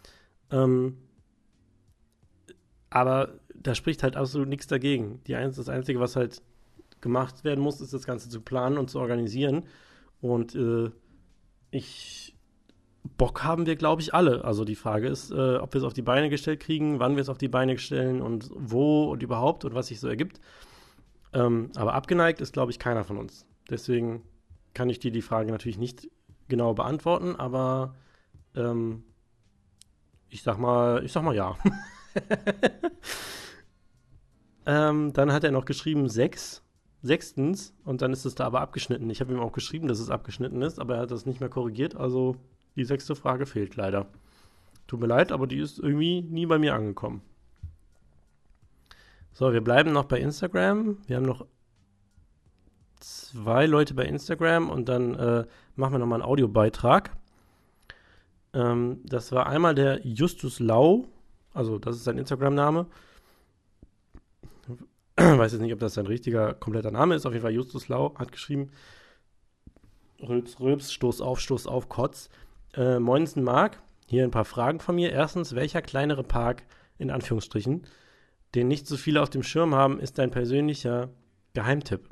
Aber da spricht halt absolut nichts dagegen. Das Einzige, was halt gemacht werden muss, ist das Ganze zu planen und zu organisieren. Und Bock haben wir, glaube ich, alle. Also die Frage ist, ob wir es auf die Beine gestellt kriegen, wann wir es auf die Beine stellen und wo und überhaupt und was sich so ergibt. Aber abgeneigt ist, glaube ich, keiner von uns. Deswegen kann ich dir die Frage natürlich nicht genau beantworten, aber ich sag mal ja. Dann hat er noch geschrieben 6. Und dann ist es da aber abgeschnitten. Ich habe ihm auch geschrieben, dass es abgeschnitten ist, aber er hat das nicht mehr korrigiert. Also die 6. Frage fehlt leider. Tut mir leid, aber die ist irgendwie nie bei mir angekommen. So, wir bleiben noch bei Instagram. Wir haben noch 2 Leute bei Instagram und dann machen wir nochmal einen Audiobeitrag. Das war einmal der Justus Lau, also das ist sein Instagram-Name. Weiß jetzt nicht, ob das sein richtiger, kompletter Name ist. Auf jeden Fall Justus Lau hat geschrieben, Rülps, Rülps, Stoß auf, Kotz. Moinsen Marc, hier ein paar Fragen von mir. Erstens, welcher kleinere Park, in Anführungsstrichen, den nicht so viele auf dem Schirm haben, ist dein persönlicher Geheimtipp?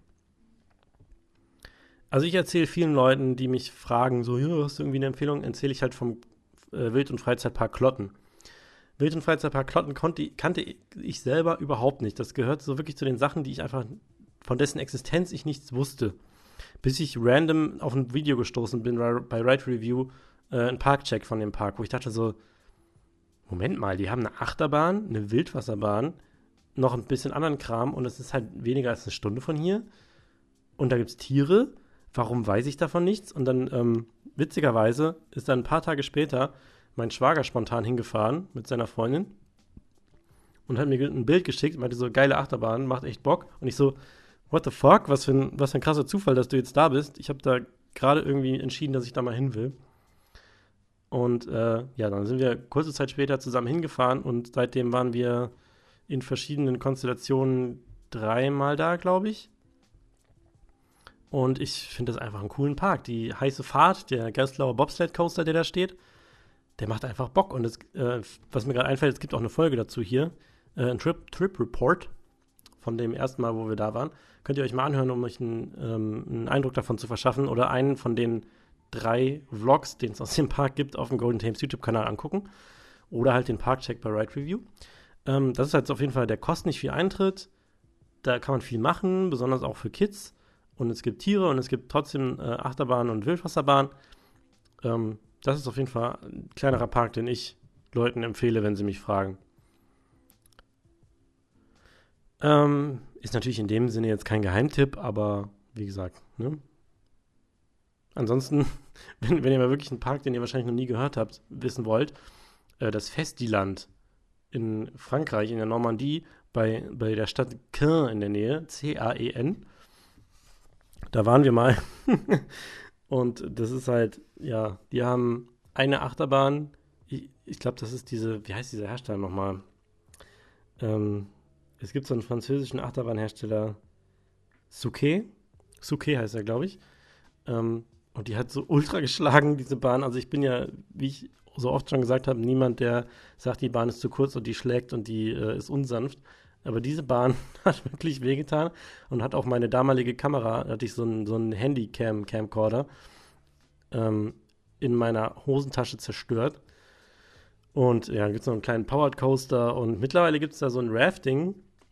Also ich erzähle vielen Leuten, die mich fragen, so, ja, hast du irgendwie eine Empfehlung, erzähle ich halt vom Wild- und Freizeitpark Klotten. Wild- und Freizeitpark Klotten kannte ich selber überhaupt nicht. Das gehört so wirklich zu den Sachen, die ich einfach, von dessen Existenz ich nichts wusste. Bis ich random auf ein Video gestoßen bin bei Ride Review, ein Parkcheck von dem Park, wo ich dachte so, Moment mal, die haben eine Achterbahn, eine Wildwasserbahn, noch ein bisschen anderen Kram und es ist halt weniger als eine Stunde von hier. Und da gibt es Tiere. Warum weiß ich davon nichts? Und dann, witzigerweise, ist dann ein paar Tage später mein Schwager spontan hingefahren mit seiner Freundin und hat mir ein Bild geschickt, meinte so, geile Achterbahn, macht echt Bock. Und ich so, what the fuck, was für ein krasser Zufall, dass du jetzt da bist. Ich habe da gerade irgendwie entschieden, dass ich da mal hin will. Und ja, dann sind wir kurze Zeit später zusammen hingefahren und seitdem waren wir in verschiedenen Konstellationen 3-mal da, glaube ich. Und ich finde das einfach einen coolen Park. Die heiße Fahrt, der Gerstlauer Bobsled Coaster, der da steht, der macht einfach Bock. Und was mir gerade einfällt, es gibt auch eine Folge dazu hier, ein Trip Report von dem ersten Mal, wo wir da waren. Könnt ihr euch mal anhören, um euch einen Eindruck davon zu verschaffen oder einen von den 3 Vlogs, den es aus dem Park gibt, auf dem Golden Thames YouTube-Kanal angucken. Oder halt den Parkcheck bei Ride Review. Das ist halt auf jeden Fall, der kostet nicht viel Eintritt. Da kann man viel machen, besonders auch für Kids. Und es gibt Tiere und es gibt trotzdem Achterbahn und Wildwasserbahn. Das ist auf jeden Fall ein kleinerer Park, den ich Leuten empfehle, wenn sie mich fragen. Ist natürlich in dem Sinne jetzt kein Geheimtipp, aber wie gesagt, ne? Ansonsten, wenn ihr mal wirklich einen Park, den ihr wahrscheinlich noch nie gehört habt, wissen wollt, das Festiland in Frankreich, in der Normandie, bei der Stadt Caen in der Nähe, Caen. Da waren wir mal. Und das ist halt, ja, die haben eine Achterbahn. Ich glaube, das ist wie heißt dieser Hersteller nochmal? Es gibt so einen französischen Achterbahnhersteller, Souquet. Souquet heißt er, glaube ich. Und die hat so ultra geschlagen, diese Bahn. Also ich bin ja, wie ich so oft schon gesagt habe, niemand, der sagt, die Bahn ist zu kurz und die schlägt und die ist unsanft. Aber diese Bahn hat wirklich wehgetan und hat auch meine damalige Kamera, da hatte ich so einen Handycam-Camcorder, in meiner Hosentasche zerstört. Und ja, dann gibt es noch einen kleinen Powered Coaster und mittlerweile gibt es da so ein Rafting,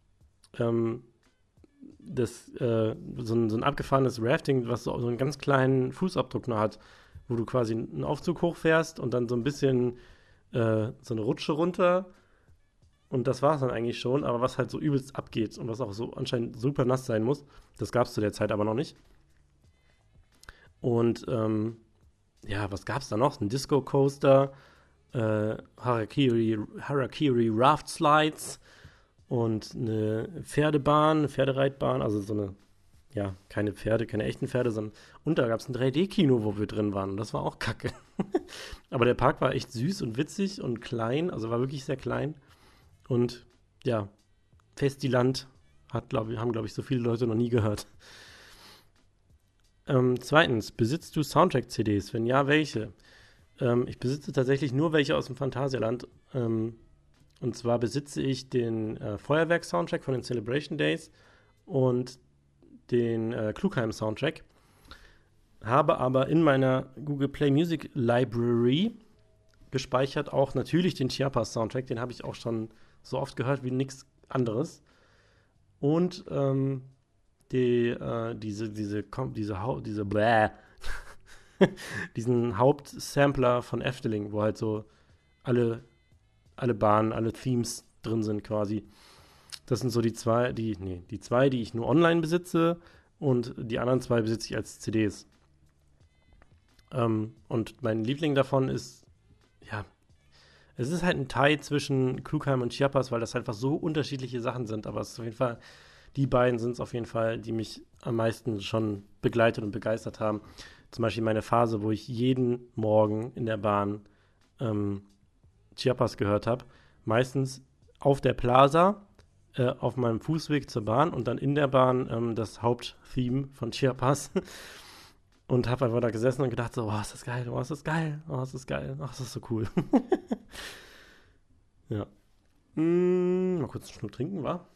so ein abgefahrenes Rafting, was so einen ganz kleinen Fußabdruck nur hat, wo du quasi einen Aufzug hochfährst und dann so ein bisschen so eine Rutsche runter. Und das war es dann eigentlich schon, aber was halt so übelst abgeht und was auch so anscheinend super nass sein muss, das gab es zu der Zeit aber noch nicht. Und ja, was gab es da noch? Ein Disco Coaster, Harakiri Raft Slides und eine Pferdebahn, eine Pferdereitbahn, also so eine, ja, keine Pferde, keine echten Pferde, sondern und da gab es ein 3D-Kino, wo wir drin waren und das war auch kacke. Aber der Park war echt süß und witzig und klein, also war wirklich sehr klein. Und ja, Festiland haben, glaube ich, so viele Leute noch nie gehört. Zweitens, besitzt du Soundtrack-CDs? Wenn ja, welche? Ich besitze tatsächlich nur welche aus dem Phantasialand. Und zwar besitze ich den Feuerwerk-Soundtrack von den Celebration Days und den Klugheim-Soundtrack. Habe aber in meiner Google Play Music Library gespeichert auch natürlich den Chiapas-Soundtrack. Den habe ich auch schon so oft gehört wie nichts anderes. Und diesen Hauptsampler von Efteling, wo halt so alle Bahnen, alle Themes drin sind quasi. Das sind so die zwei, die ich nur online besitze und die anderen 2 besitze ich als CDs. Und mein Liebling davon ist, ja, es ist halt ein Tie zwischen Klugheim und Chiapas, weil das einfach so unterschiedliche Sachen sind, aber es ist auf jeden Fall, die beiden sind es auf jeden Fall, die mich am meisten schon begleitet und begeistert haben. Zum Beispiel meine Phase, wo ich jeden Morgen in der Bahn Chiapas gehört habe, meistens auf der Plaza, auf meinem Fußweg zur Bahn und dann in der Bahn das Haupttheme von Chiapas und habe einfach da gesessen und gedacht so, oh, ist das geil, oh, ist das geil, oh, ist das geil, ach, ist das so cool. Ja. Mal kurz einen Schluck trinken, wa?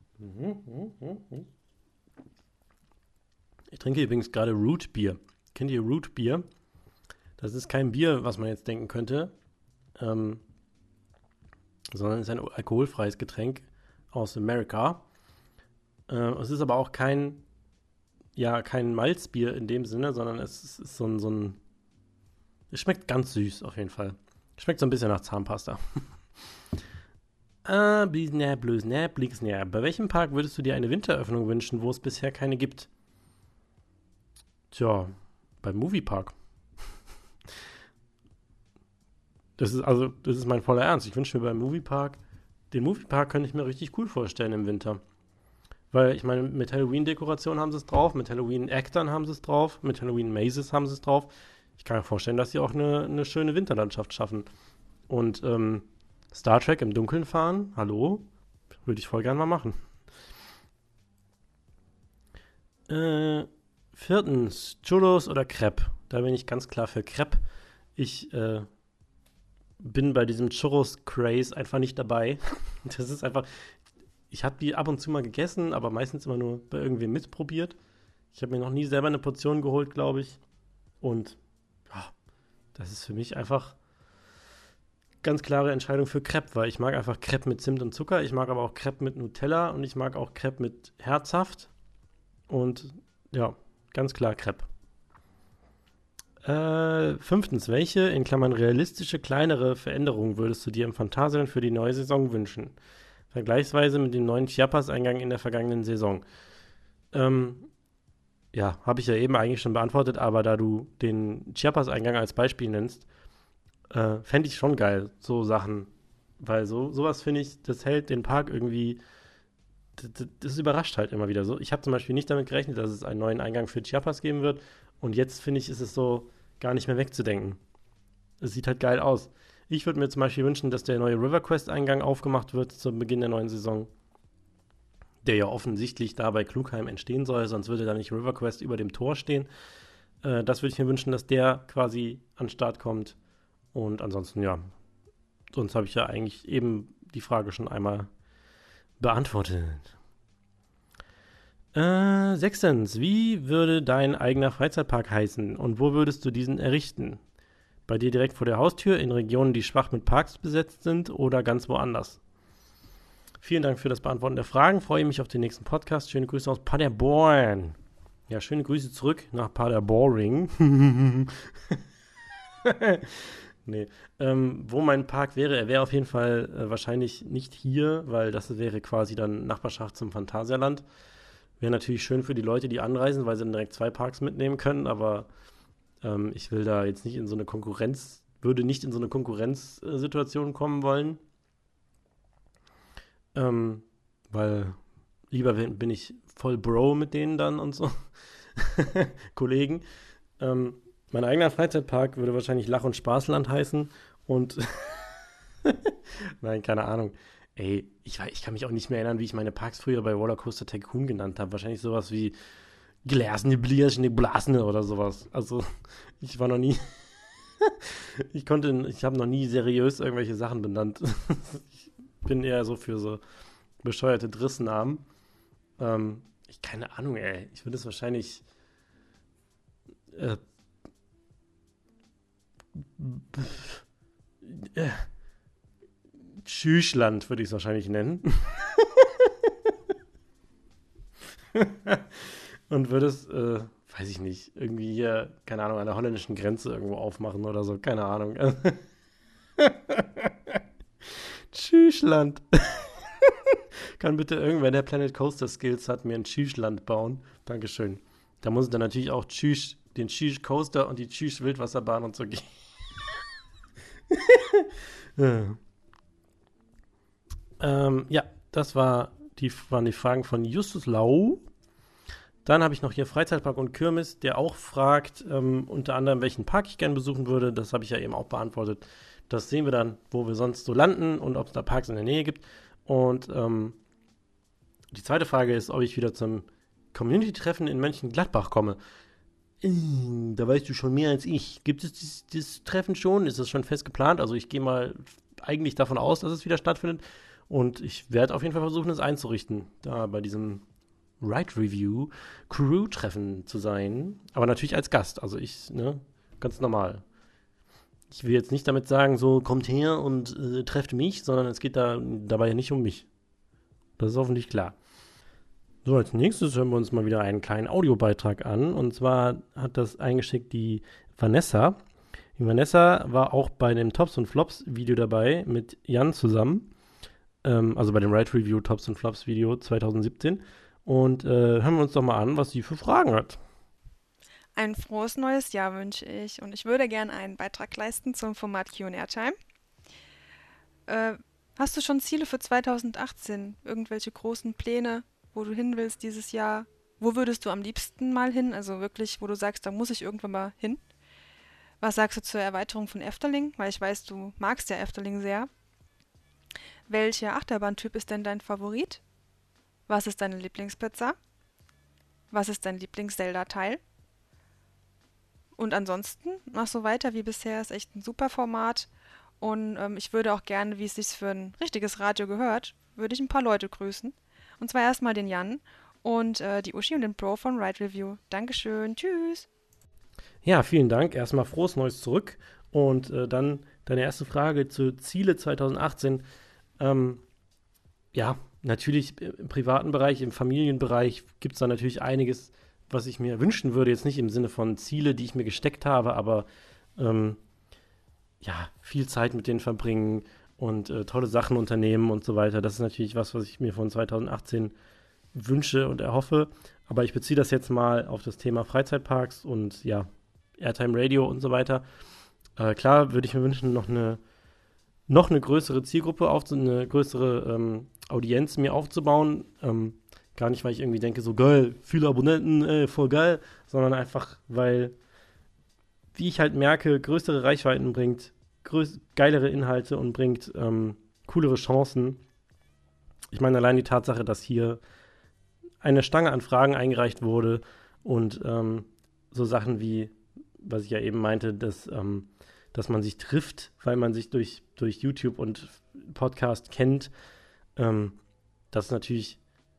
Ich trinke übrigens gerade Root Beer. Kennt ihr Root Beer? Das ist kein Bier, was man jetzt denken könnte, sondern es ist ein alkoholfreies Getränk aus Amerika. Es ist aber auch kein Malzbier in dem Sinne, sondern es ist so ein es schmeckt ganz süß auf jeden Fall. Schmeckt so ein bisschen nach Zahnpasta. Bliesnap, Blösnap, Bliesnap. Bei welchem Park würdest du dir eine Winteröffnung wünschen, wo es bisher keine gibt? Tja, beim Moviepark. Das ist mein voller Ernst. Ich wünsche mir den Moviepark könnte ich mir richtig cool vorstellen im Winter. Weil, ich meine, mit Halloween-Dekoration haben sie es drauf, mit Halloween-Actern haben sie es drauf, mit Halloween-Mazes haben sie es drauf. Ich kann mir vorstellen, dass sie auch eine schöne Winterlandschaft schaffen. Und, Star Trek im Dunkeln fahren, hallo? Würde ich voll gern mal machen. 4. Churros oder Crepe? Da bin ich ganz klar für Crepe. Ich bin bei diesem Churros-Craze einfach nicht dabei. Das ist einfach, ich habe die ab und zu mal gegessen, aber meistens immer nur bei irgendwem mitprobiert. Ich habe mir noch nie selber eine Portion geholt, glaube ich. Und das ist für mich einfach ganz klare Entscheidung für Crepe, weil ich mag einfach Crepe mit Zimt und Zucker, ich mag aber auch Crepe mit Nutella und ich mag auch Crepe mit Herzhaft. Und ja, ganz klar Crepe. 5. Welche, in Klammern realistische, kleinere Veränderungen würdest du dir im Phantasialand für die neue Saison wünschen? Vergleichsweise mit dem neuen Chiapas-Eingang in der vergangenen Saison. Ja, habe ich ja eben eigentlich schon beantwortet, aber da du den Chiapas-Eingang als Beispiel nennst, fände ich schon geil, so Sachen. Weil sowas finde ich, das hält den Park irgendwie, das überrascht halt immer wieder so. Ich habe zum Beispiel nicht damit gerechnet, dass es einen neuen Eingang für Chiapas geben wird. Und jetzt finde ich, ist es so gar nicht mehr wegzudenken. Es sieht halt geil aus. Ich würde mir zum Beispiel wünschen, dass der neue River Quest-Eingang aufgemacht wird zu Beginn der neuen Saison. Der ja offensichtlich da bei Klugheim entstehen soll, sonst würde da nicht River Quest über dem Tor stehen. Das würde ich mir wünschen, dass der quasi an den Start kommt. Und ansonsten, ja, sonst habe ich ja eigentlich eben die Frage schon einmal beantwortet. 6. Wie würde dein eigener Freizeitpark heißen und wo würdest du diesen errichten? Bei dir direkt vor der Haustür, in Regionen, die schwach mit Parks besetzt sind oder ganz woanders? Vielen Dank für das Beantworten der Fragen. Freue mich auf den nächsten Podcast. Schöne Grüße aus Paderborn. Ja, schöne Grüße zurück nach Paderboring. Nee. Wo mein Park wäre, er wäre auf jeden Fall wahrscheinlich nicht hier, weil das wäre quasi dann Nachbarschaft zum Phantasialand. Wäre natürlich schön für die Leute, die anreisen, weil sie dann direkt 2 Parks mitnehmen können, aber ich will da jetzt nicht in so eine würde nicht in so eine Konkurrenzsituation kommen wollen. Weil lieber bin ich voll Bro mit denen dann und so. Kollegen. Mein eigener Freizeitpark würde wahrscheinlich Lach- und Spaßland heißen und nein, keine Ahnung. Ey, ich kann mich auch nicht mehr erinnern, wie ich meine Parks früher bei Rollercoaster Tycoon genannt habe. Wahrscheinlich sowas wie Gläsne, Blierschne, Blasne oder sowas. Also, ich war noch nie ich habe noch nie seriös irgendwelche Sachen benannt. Ich bin eher so für so bescheuerte Drissnamen. Keine Ahnung, ey. Ich würde es wahrscheinlich Tschüchland würde ich es wahrscheinlich nennen. Und würde es, weiß ich nicht, irgendwie hier, keine Ahnung, an der holländischen Grenze irgendwo aufmachen oder so, keine Ahnung. Tschüchland. Kann bitte irgendwer, der Planet Coaster Skills hat, mir ein Tschüchland bauen? Dankeschön. Da muss es dann natürlich auch den Tschüch Coaster und die Tschüch Wildwasserbahn und so geben. Ja, das waren die Fragen von Justus Lau. Dann habe ich noch hier Freizeitpark und Kirmes, der auch fragt, unter anderem, welchen Park ich gerne besuchen würde. Das habe ich ja eben auch beantwortet. Das sehen wir dann, wo wir sonst so landen und ob es da Parks in der Nähe gibt. Und die zweite Frage ist, ob ich wieder zum Community-Treffen in Mönchengladbach komme. Da weißt du schon mehr als ich. Gibt es das Treffen schon? Ist das schon fest geplant? Also ich gehe mal eigentlich davon aus, dass es wieder stattfindet. Und ich werde auf jeden Fall versuchen, es einzurichten, da bei diesem Ride Review Crew-Treffen zu sein. Aber natürlich als Gast. Also ich, ne, ganz normal. Ich will jetzt nicht damit sagen, so kommt her und trefft mich, sondern es geht dabei ja nicht um mich. Das ist hoffentlich klar. So, als nächstes hören wir uns mal wieder einen kleinen Audiobeitrag an. Und zwar hat das eingeschickt die Vanessa. Die Vanessa war auch bei dem Tops und Flops Video dabei mit Jan zusammen. Also bei dem Ride Review Tops und Flops Video 2017. Und hören wir uns doch mal an, was sie für Fragen hat. Ein frohes neues Jahr wünsche ich und ich würde gerne einen Beitrag leisten zum Format Q&A Time. Hast du schon Ziele für 2018? Irgendwelche großen Pläne, wo du hin willst dieses Jahr? Wo würdest du am liebsten mal hin? Also wirklich, wo du sagst, da muss ich irgendwann mal hin. Was sagst du zur Erweiterung von Efteling? Weil ich weiß, du magst ja Efteling sehr. Welcher Achterbahntyp ist denn dein Favorit? Was ist deine Lieblingspizza? Was ist dein Lieblings-Zelda-Teil? Und ansonsten mach so weiter wie bisher, ist echt ein super Format. Und ich würde auch gerne, wie es sich für ein richtiges Radio gehört, würde ich ein paar Leute grüßen. Und zwar erstmal den Jan und die Uschi und den Bro von Ride Review. Dankeschön, tschüss. Ja, vielen Dank. Erstmal frohes Neues zurück. Und dann deine erste Frage zu Ziele 2018. Ja, natürlich im privaten Bereich, im Familienbereich gibt es da natürlich einiges, was ich mir wünschen würde. Jetzt nicht im Sinne von Ziele, die ich mir gesteckt habe, aber ja, viel Zeit mit denen verbringen und tolle Sachen unternehmen und so weiter. Das ist natürlich was ich mir von 2018 wünsche und erhoffe. Aber ich beziehe das jetzt mal auf das Thema Freizeitparks und ja, Airtime Radio und so weiter. Klar würde ich mir wünschen, noch eine größere Zielgruppe eine größere Audienz mir aufzubauen. Gar nicht, weil ich irgendwie denke, so geil, viele Abonnenten, voll geil, sondern einfach, weil, wie ich halt merke, größere Reichweiten bringt, geilere Inhalte und bringt coolere Chancen. Ich meine, allein die Tatsache, dass hier eine Stange an Fragen eingereicht wurde und so Sachen wie, was ich ja eben meinte, dass man sich trifft, weil man sich durch YouTube und Podcast kennt, das ist natürlich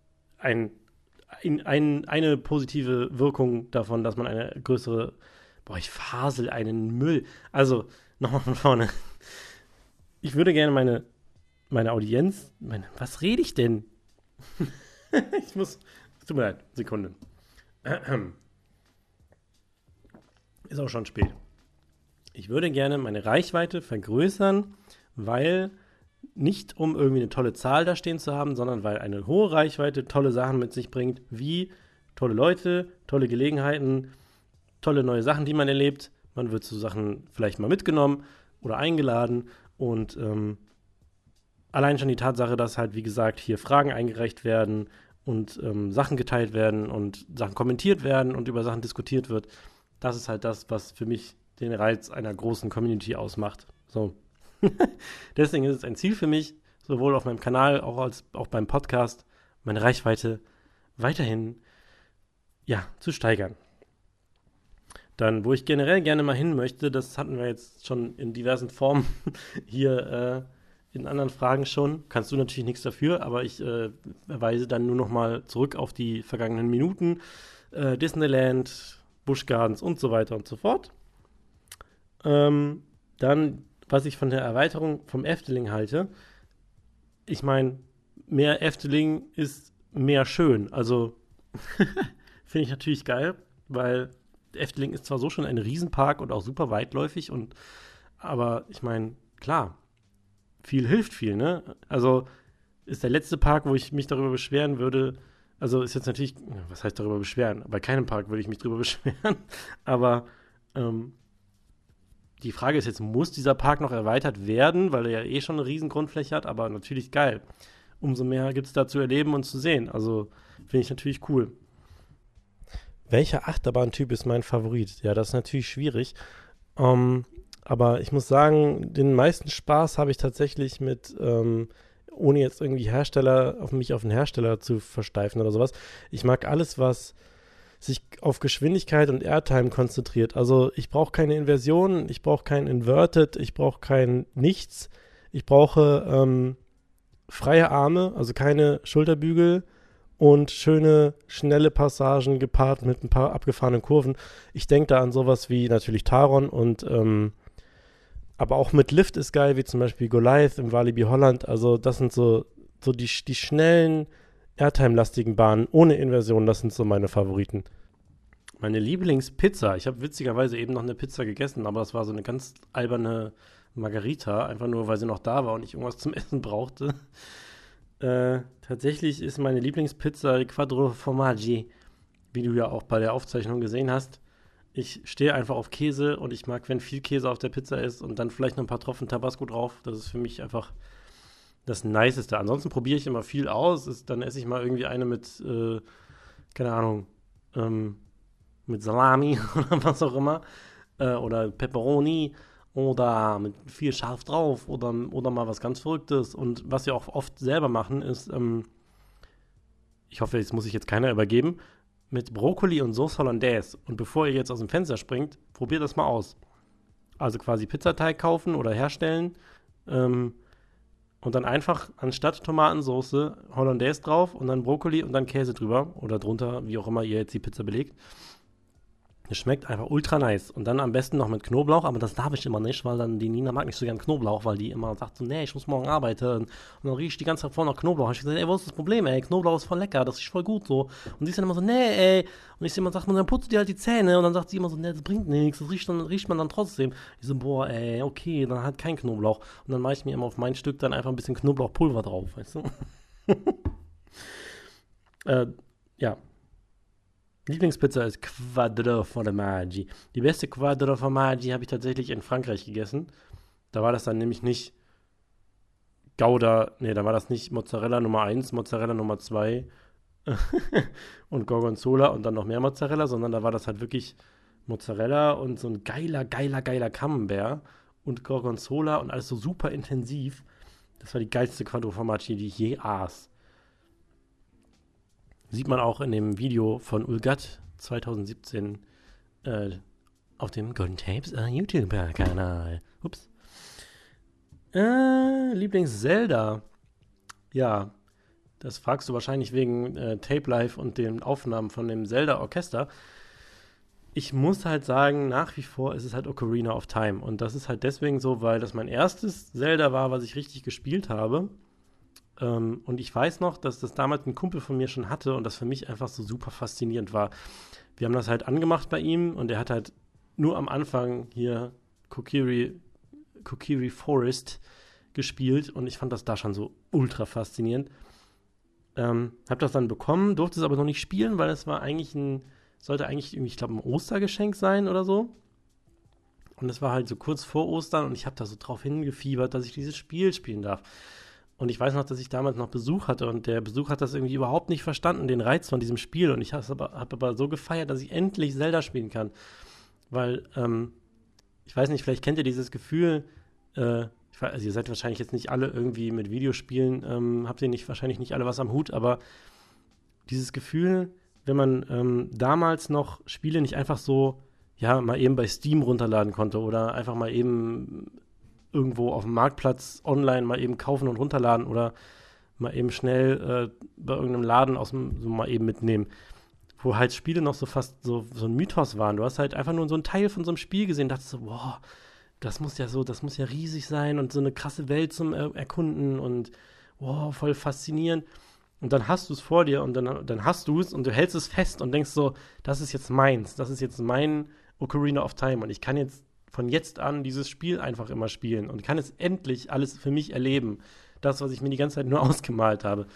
eine positive Wirkung davon, dass man eine größere, ich fasel einen Müll. Also, nochmal von vorne. Ich würde gerne meine Audienz, was rede ich denn? Es tut mir leid, Sekunde. Ist auch schon spät. Ich würde gerne meine Reichweite vergrößern, weil nicht um irgendwie eine tolle Zahl da stehen zu haben, sondern weil eine hohe Reichweite tolle Sachen mit sich bringt, wie tolle Leute, tolle Gelegenheiten, tolle neue Sachen, die man erlebt. Man wird zu Sachen vielleicht mal mitgenommen oder eingeladen und allein schon die Tatsache, dass halt, wie gesagt, hier Fragen eingereicht werden und Sachen geteilt werden und Sachen kommentiert werden und über Sachen diskutiert wird, das ist halt das, was für mich den Reiz einer großen Community ausmacht. So. Deswegen ist es ein Ziel für mich, sowohl auf meinem Kanal als auch beim Podcast, meine Reichweite weiterhin zu steigern. Dann, wo ich generell gerne mal hin möchte, das hatten wir jetzt schon in diversen Formen hier in anderen Fragen schon. Kannst du natürlich nichts dafür, aber ich verweise dann nur noch mal zurück auf die vergangenen Minuten. Disneyland, Busch Gardens und so weiter und so fort. Dann, was ich von der Erweiterung vom Efteling halte. Ich meine, mehr Efteling ist mehr schön. Also finde ich natürlich geil, weil Efteling ist zwar so schon ein Riesenpark und auch super weitläufig, aber ich meine, klar, viel hilft viel, ne? Also ist der letzte Park, wo ich mich darüber beschweren würde, also ist jetzt natürlich, was heißt darüber beschweren? Bei keinem Park würde ich mich darüber beschweren, aber die Frage ist jetzt, muss dieser Park noch erweitert werden, weil er ja eh schon eine riesen Grundfläche hat, aber natürlich geil. Umso mehr gibt es da zu erleben und zu sehen. Also finde ich natürlich cool. Welcher Achterbahntyp ist mein Favorit? Ja, das ist natürlich schwierig. Aber ich muss sagen, den meisten Spaß habe ich tatsächlich mit, ohne jetzt irgendwie mich auf einen Hersteller zu versteifen oder sowas. Ich mag alles, was sich auf Geschwindigkeit und Airtime konzentriert. Also ich brauche keine Inversion, ich brauche kein Inverted, ich brauche kein Nichts. Ich brauche freie Arme, also keine Schulterbügel und schöne, schnelle Passagen gepaart mit ein paar abgefahrenen Kurven. Ich denke da an sowas wie natürlich Taron und aber auch mit Lift ist geil, wie zum Beispiel Goliath im Walibi Holland. Also das sind so die schnellen, Airtime-lastigen Bahnen ohne Inversion, das sind so meine Favoriten. Meine Lieblingspizza, ich habe witzigerweise eben noch eine Pizza gegessen, aber das war so eine ganz alberne Margarita, einfach nur, weil sie noch da war und ich irgendwas zum Essen brauchte. Tatsächlich ist meine Lieblingspizza die Quattro Formaggi, wie du ja auch bei der Aufzeichnung gesehen hast. Ich stehe einfach auf Käse und ich mag, wenn viel Käse auf der Pizza ist und dann vielleicht noch ein paar Tropfen Tabasco drauf. Das ist für mich einfach das Niceste. Ansonsten probiere ich immer viel aus. Dann esse ich mal irgendwie eine mit, keine Ahnung, mit Salami oder was auch immer. Oder Pepperoni oder mit viel Scharf drauf oder mal was ganz Verrücktes. Und was wir auch oft selber machen, ist, ich hoffe, jetzt muss sich jetzt keiner übergeben, mit Brokkoli und Sauce Hollandaise. Und bevor ihr jetzt aus dem Fenster springt, probiert das mal aus. Also quasi Pizzateig kaufen oder herstellen. Und dann einfach anstatt Tomatensauce Hollandaise drauf und dann Brokkoli und dann Käse drüber oder drunter, wie auch immer ihr jetzt die Pizza belegt. Es schmeckt einfach ultra nice. Und dann am besten noch mit Knoblauch, aber das darf ich immer nicht, weil dann die Nina mag nicht so gern Knoblauch, weil die immer sagt so, nee, ich muss morgen arbeiten. Und dann rieche ich die ganze Zeit voll nach Knoblauch. Und ich gesagt, ey, was ist das Problem, ey? Knoblauch ist voll lecker, das ist voll gut so. Und sie ist dann immer so, nee, ey. Und ich immer sagt man, dann putzt dir halt die Zähne. Und dann sagt sie immer so, nee, das bringt nichts, das riecht man dann trotzdem. Ich so, boah, ey, okay, dann halt kein Knoblauch. Und dann mache ich mir immer auf mein Stück dann einfach ein bisschen Knoblauchpulver drauf, weißt du? Ja. Lieblingspizza ist Quattro Formaggi. Die beste Quattro Formaggi habe ich tatsächlich in Frankreich gegessen. Da war das dann nämlich nicht Gouda, nee, da war das nicht Mozzarella Nummer 1, Mozzarella Nummer 2 und Gorgonzola und dann noch mehr Mozzarella, sondern da war das halt wirklich Mozzarella und so ein geiler Camembert und Gorgonzola und alles so super intensiv. Das war die geilste Quattro Formaggi, die ich je aß. Sieht man auch in dem Video von Ulgat 2017 auf dem Golden Tapes YouTube-Kanal. Ups. Lieblings-Zelda. Ja, das fragst du wahrscheinlich wegen Tape Live und den Aufnahmen von dem Zelda-Orchester. Ich muss halt sagen, nach wie vor ist es halt Ocarina of Time. Und das ist halt deswegen so, weil das mein erstes Zelda war, was ich richtig gespielt habe. Und ich weiß noch, dass das damals ein Kumpel von mir schon hatte und das für mich einfach so super faszinierend war. Wir haben das halt angemacht bei ihm und er hat halt nur am Anfang hier Kokiri Forest gespielt und ich fand das da schon so ultra faszinierend. Hab das dann bekommen, durfte es aber noch nicht spielen, weil es war sollte eigentlich irgendwie, ich glaube, ein Ostergeschenk sein oder so. Und es war halt so kurz vor Ostern und ich habe da so drauf hingefiebert, dass ich dieses Spiel spielen darf. Und ich weiß noch, dass ich damals noch Besuch hatte und der Besuch hat das irgendwie überhaupt nicht verstanden, den Reiz von diesem Spiel. Und ich habe aber so gefeiert, dass ich endlich Zelda spielen kann. Weil, ich weiß nicht, vielleicht kennt ihr dieses Gefühl, also ihr seid wahrscheinlich jetzt nicht alle irgendwie mit Videospielen, habt ihr wahrscheinlich nicht alle was am Hut, aber dieses Gefühl, wenn man damals noch Spiele nicht einfach so, ja, mal eben bei Steam runterladen konnte oder einfach mal eben irgendwo auf dem Marktplatz online mal eben kaufen und runterladen oder mal eben schnell bei irgendeinem Laden so mal eben mitnehmen. Wo halt Spiele noch so fast so ein Mythos waren. Du hast halt einfach nur so einen Teil von so einem Spiel gesehen und dachtest so, wow, das muss ja riesig sein und so eine krasse Welt zum Erkunden und wow, voll faszinierend. Und dann hast du es vor dir und dann hast du es und du hältst es fest und denkst so, das ist jetzt meins, das ist jetzt mein Ocarina of Time und ich kann jetzt von jetzt an dieses Spiel einfach immer spielen und kann es endlich alles für mich erleben. Das, was ich mir die ganze Zeit nur ausgemalt habe.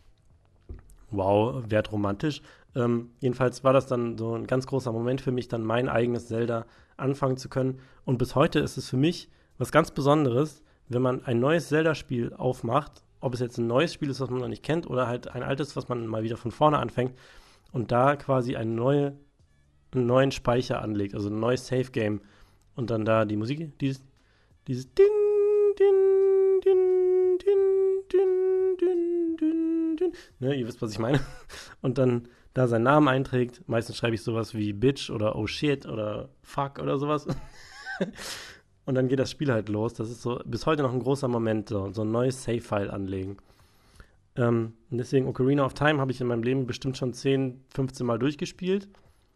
Wow, wertromantisch. Jedenfalls war das dann so ein ganz großer Moment für mich, dann mein eigenes Zelda anfangen zu können. Und bis heute ist es für mich was ganz Besonderes, wenn man ein neues Zelda-Spiel aufmacht, ob es jetzt ein neues Spiel ist, was man noch nicht kennt, oder halt ein altes, was man mal wieder von vorne anfängt und da quasi eine neue einen neuen Speicher anlegt, also ein neues Save-Game und dann da die Musik, dieses Din, Din, Din, Din, Din, Din, Din, Din, ne, ihr wisst, was ich meine, und dann da seinen Namen einträgt. Meistens schreibe ich sowas wie Bitch oder Oh Shit oder Fuck oder sowas. Und dann geht das Spiel halt los. Das ist so bis heute noch ein großer Moment, so ein neues Save-File anlegen. Und deswegen Ocarina of Time habe ich in meinem Leben bestimmt schon 10, 15 Mal durchgespielt.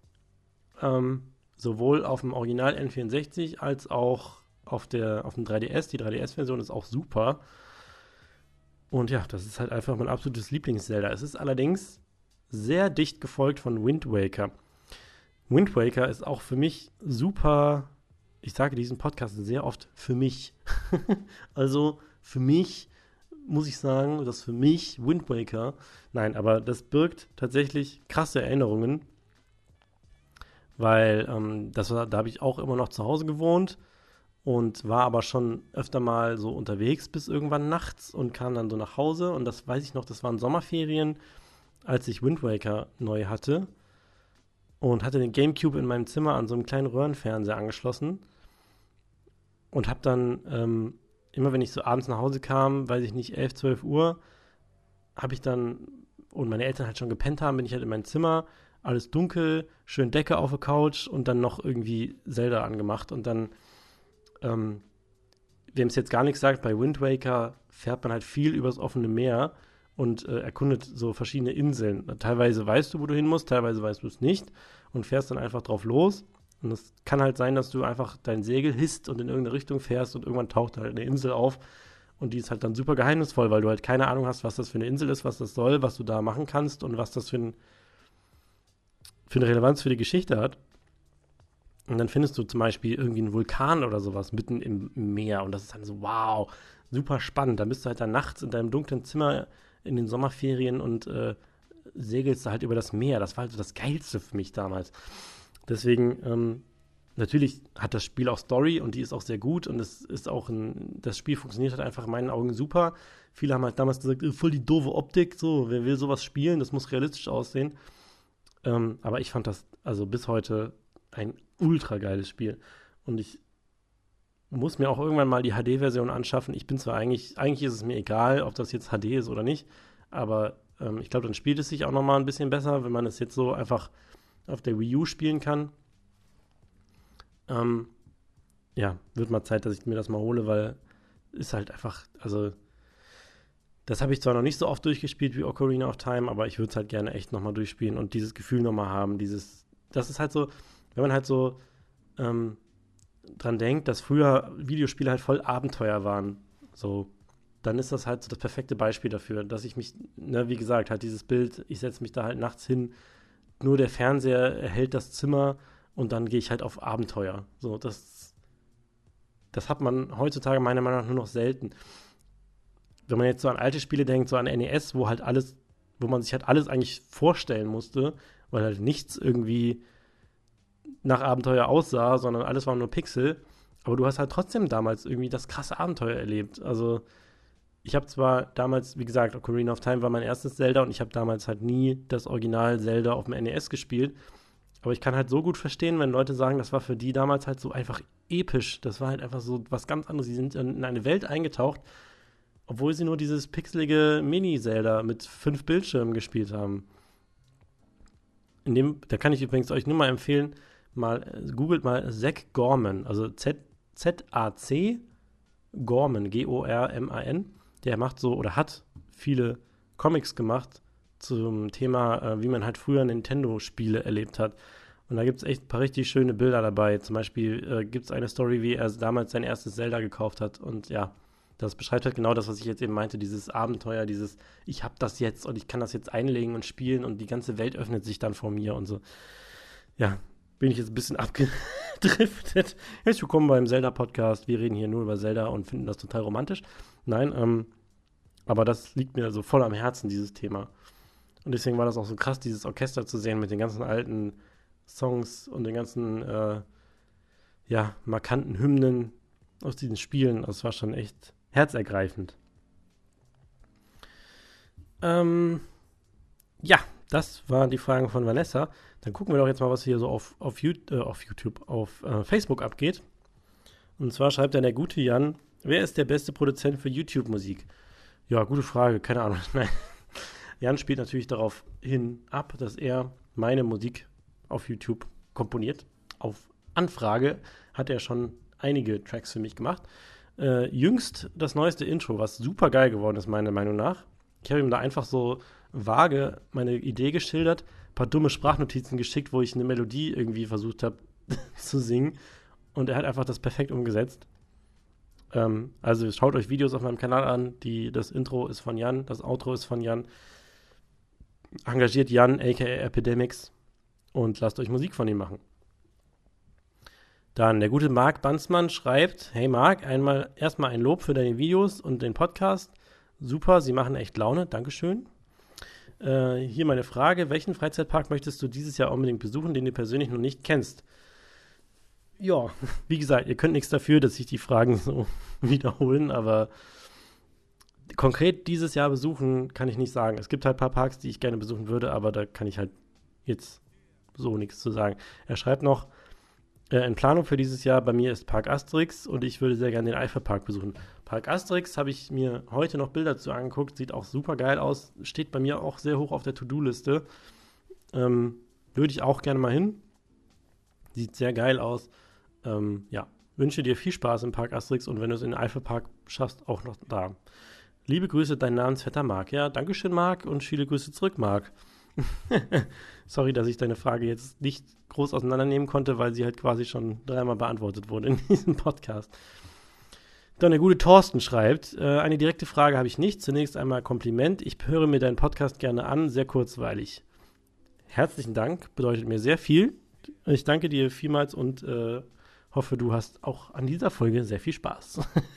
Sowohl auf dem Original N64 als auch auf dem 3DS. Die 3DS-Version ist auch super. Und ja, das ist halt einfach mein absolutes Lieblings-Zelda. Es ist allerdings sehr dicht gefolgt von Wind Waker. Wind Waker ist auch für mich super. Ich sage diesen Podcast sehr oft für mich. Also für mich muss ich sagen, dass für mich Wind Waker, nein, aber das birgt tatsächlich krasse Erinnerungen, weil da habe ich auch immer noch zu Hause gewohnt und war aber schon öfter mal so unterwegs bis irgendwann nachts und kam dann so nach Hause und das weiß ich noch, das waren Sommerferien, als ich Wind Waker neu hatte und hatte den Gamecube in meinem Zimmer an so einem kleinen Röhrenfernseher angeschlossen und habe dann immer, wenn ich so abends nach Hause kam, weiß ich nicht, 11, 12 Uhr, habe ich dann, und meine Eltern halt schon gepennt haben, bin ich halt in mein Zimmer, alles dunkel, schön Decke auf der Couch und dann noch irgendwie Zelda angemacht und dann, wem es jetzt gar nichts sagt, bei Wind Waker fährt man halt viel übers offene Meer und erkundet so verschiedene Inseln. Teilweise weißt du, wo du hin musst, teilweise weißt du es nicht und fährst dann einfach drauf los. Und es kann halt sein, dass du einfach dein Segel hisst und in irgendeine Richtung fährst und irgendwann taucht halt eine Insel auf und die ist halt dann super geheimnisvoll, weil du halt keine Ahnung hast, was das für eine Insel ist, was das soll, was du da machen kannst und was das für eine Relevanz für die Geschichte hat. Und dann findest du zum Beispiel irgendwie einen Vulkan oder sowas mitten im Meer und das ist dann so, wow, super spannend. Da bist du halt dann nachts in deinem dunklen Zimmer in den Sommerferien und segelst da halt über das Meer. Das war halt so das Geilste für mich damals. Deswegen, natürlich hat das Spiel auch Story und die ist auch sehr gut und es ist auch das Spiel funktioniert halt einfach in meinen Augen super. Viele haben halt damals gesagt, voll die doofe Optik, so, wer will sowas spielen, das muss realistisch aussehen. Aber ich fand das also bis heute ein ultra geiles Spiel. Und ich muss mir auch irgendwann mal die HD-Version anschaffen. Ich bin zwar eigentlich ist es mir egal, ob das jetzt HD ist oder nicht, aber ich glaube, dann spielt es sich auch nochmal ein bisschen besser, wenn man es jetzt so einfach auf der Wii U spielen kann. Ja, wird mal Zeit, dass ich mir das mal hole, weil ist halt einfach, also das habe ich zwar noch nicht so oft durchgespielt wie Ocarina of Time, aber ich würde es halt gerne echt nochmal durchspielen und dieses Gefühl nochmal haben, das ist halt so, wenn man halt so dran denkt, dass früher Videospiele halt voll Abenteuer waren, so, dann ist das halt so das perfekte Beispiel dafür, dass ich mich, ne, wie gesagt, halt dieses Bild, ich setze mich da halt nachts hin, nur der Fernseher erhellt das Zimmer und dann gehe ich halt auf Abenteuer. So, das hat man heutzutage meiner Meinung nach nur noch selten. Wenn man jetzt so an alte Spiele denkt, so an NES, wo man sich halt alles eigentlich vorstellen musste, weil halt nichts irgendwie nach Abenteuer aussah, sondern alles war nur Pixel. Aber du hast halt trotzdem damals irgendwie das krasse Abenteuer erlebt. Also ich habe zwar damals, wie gesagt, Ocarina of Time war mein erstes Zelda und ich habe damals halt nie das Original Zelda auf dem NES gespielt. Aber ich kann halt so gut verstehen, wenn Leute sagen, das war für die damals halt so einfach episch. Das war halt einfach so was ganz anderes. Sie sind in eine Welt eingetaucht, obwohl sie nur dieses pixelige Mini-Zelda mit 5 Bildschirmen gespielt haben. Da kann ich übrigens euch nur mal empfehlen, googelt mal Zack Gorman, also Z-A-C Gorman, G-O-R-M-A-N. Der macht so oder hat viele Comics gemacht zum Thema, wie man halt früher Nintendo-Spiele erlebt hat. Und da gibt es echt ein paar richtig schöne Bilder dabei. Zum Beispiel gibt es eine Story, wie er damals sein erstes Zelda gekauft hat. Und ja, das beschreibt halt genau das, was ich jetzt eben meinte, dieses Abenteuer, ich hab das jetzt und ich kann das jetzt einlegen und spielen und die ganze Welt öffnet sich dann vor mir und so. Ja, bin ich jetzt ein bisschen abgedriftet. Herzlich willkommen beim Zelda-Podcast. Wir reden hier nur über Zelda und finden das total romantisch. Nein, aber das liegt mir so voll am Herzen, dieses Thema. Und deswegen war das auch so krass, dieses Orchester zu sehen mit den ganzen alten Songs und den ganzen, markanten Hymnen aus diesen Spielen. Das war schon echt herzergreifend. Ja, das waren die Fragen von Vanessa. Dann gucken wir doch jetzt mal, was hier so auf Facebook abgeht. Und zwar schreibt dann der gute Jan, wer ist der beste Produzent für YouTube-Musik? Ja, gute Frage, keine Ahnung. Nein. Jan spielt natürlich darauf hin ab, dass er meine Musik auf YouTube komponiert. Auf Anfrage hat er schon einige Tracks für mich gemacht. Jüngst das neueste Intro, was super geil geworden ist, meiner Meinung nach. Ich habe ihm da einfach so vage meine Idee geschildert, ein paar dumme Sprachnotizen geschickt, wo ich eine Melodie irgendwie versucht habe zu singen. Und er hat einfach das perfekt umgesetzt. Also schaut euch Videos auf meinem Kanal an. Das Intro ist von Jan, das Outro ist von Jan. Engagiert Jan, aka Epidemics, und lasst euch Musik von ihm machen. Dann der gute Marc Banzmann schreibt, hey Marc, erstmal ein Lob für deine Videos und den Podcast. Super, sie machen echt Laune, Dankeschön. Hier meine Frage, welchen Freizeitpark möchtest du dieses Jahr unbedingt besuchen, den du persönlich noch nicht kennst? Ja, wie gesagt, ihr könnt nichts dafür, dass sich die Fragen so wiederholen, aber konkret dieses Jahr besuchen kann ich nicht sagen. Es gibt halt ein paar Parks, die ich gerne besuchen würde, aber da kann ich halt jetzt so nichts zu sagen. Er schreibt noch, in Planung für dieses Jahr bei mir ist Park Asterix und ich würde sehr gerne den Eifelpark besuchen. Park Asterix habe ich mir heute noch Bilder zu angeguckt, sieht auch super geil aus, steht bei mir auch sehr hoch auf der To-Do-Liste. Würde ich auch gerne mal hin. Sieht sehr geil aus. Ja, wünsche dir viel Spaß im Park Asterix und wenn du es in den Eifelpark schaffst, auch noch da. Liebe Grüße, dein namensvetter Marc. Ja, dankeschön, Marc, und viele Grüße zurück, Marc. Sorry, dass ich deine Frage jetzt nicht groß auseinandernehmen konnte, weil sie halt quasi schon 3-mal beantwortet wurde in diesem Podcast. Dann der gute Thorsten schreibt, eine direkte Frage habe ich nicht. Zunächst einmal Kompliment. Ich höre mir deinen Podcast gerne an, sehr kurzweilig. Herzlichen Dank, bedeutet mir sehr viel. Ich danke dir vielmals und hoffe, du hast auch an dieser Folge sehr viel Spaß.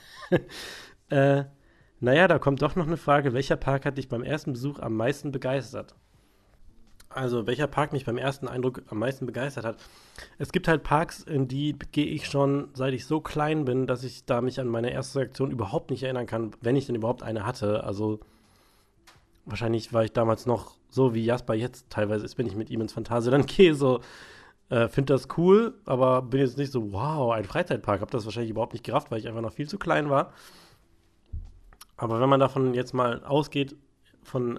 Naja, da kommt doch noch eine Frage. Welcher Park hat dich beim ersten Besuch am meisten begeistert? Also, welcher Park mich beim ersten Eindruck am meisten begeistert hat? Es gibt halt Parks, in die gehe ich schon, seit ich so klein bin, dass ich da mich an meine erste Reaktion überhaupt nicht erinnern kann, wenn ich denn überhaupt eine hatte. Also, wahrscheinlich war ich damals noch so, wie Jasper jetzt teilweise ist, wenn ich mit ihm ins Phantasialand gehe, so, finde das cool, aber bin jetzt nicht so, wow, ein Freizeitpark. Habe das wahrscheinlich überhaupt nicht gerafft, weil ich einfach noch viel zu klein war. Aber wenn man davon jetzt mal ausgeht, von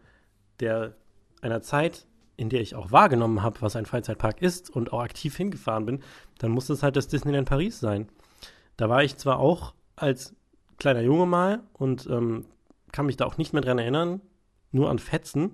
einer Zeit, in der ich auch wahrgenommen habe, was ein Freizeitpark ist und auch aktiv hingefahren bin, dann muss es halt das Disneyland Paris sein. Da war ich zwar auch als kleiner Junge mal und kann mich da auch nicht mehr dran erinnern, nur an Fetzen.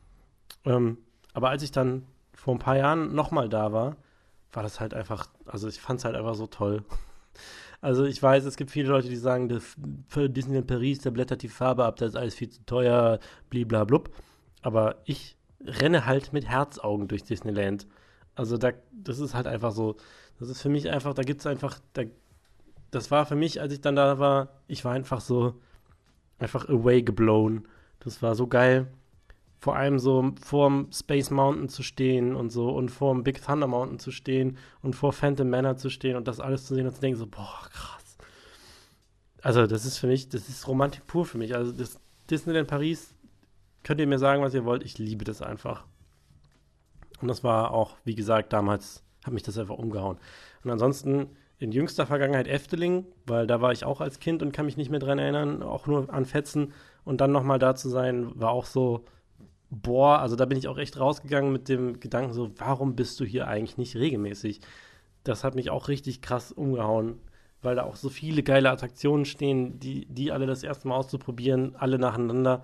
Aber als ich dann vor ein paar Jahren nochmal da war das halt einfach, also ich fand es halt einfach so toll. Also ich weiß, es gibt viele Leute, die sagen, für Disneyland Paris, der blättert die Farbe ab, das ist alles viel zu teuer, bliblablub. Aber ich renne halt mit Herzaugen durch Disneyland. Also das ist halt einfach so, das ist für mich einfach, da gibt es einfach, das war für mich, als ich dann da war, ich war einfach so, einfach away geblown. Das war so geil. Vor allem so vorm Space Mountain zu stehen und so und vorm Big Thunder Mountain zu stehen und vor Phantom Manor zu stehen und das alles zu sehen und zu denken so, boah, krass. Also das ist für mich, das ist Romantik pur für mich. Also das Disneyland Paris, könnt ihr mir sagen, was ihr wollt, ich liebe das einfach. Und das war auch, wie gesagt, damals hat mich das einfach umgehauen. Und ansonsten in jüngster Vergangenheit Efteling, weil da war ich auch als Kind und kann mich nicht mehr dran erinnern, auch nur an Fetzen. Und dann nochmal da zu sein, war auch so, boah, also da bin ich auch echt rausgegangen mit dem Gedanken so, warum bist du hier eigentlich nicht regelmäßig? Das hat mich auch richtig krass umgehauen, weil da auch so viele geile Attraktionen stehen, die alle das erste Mal auszuprobieren, alle nacheinander.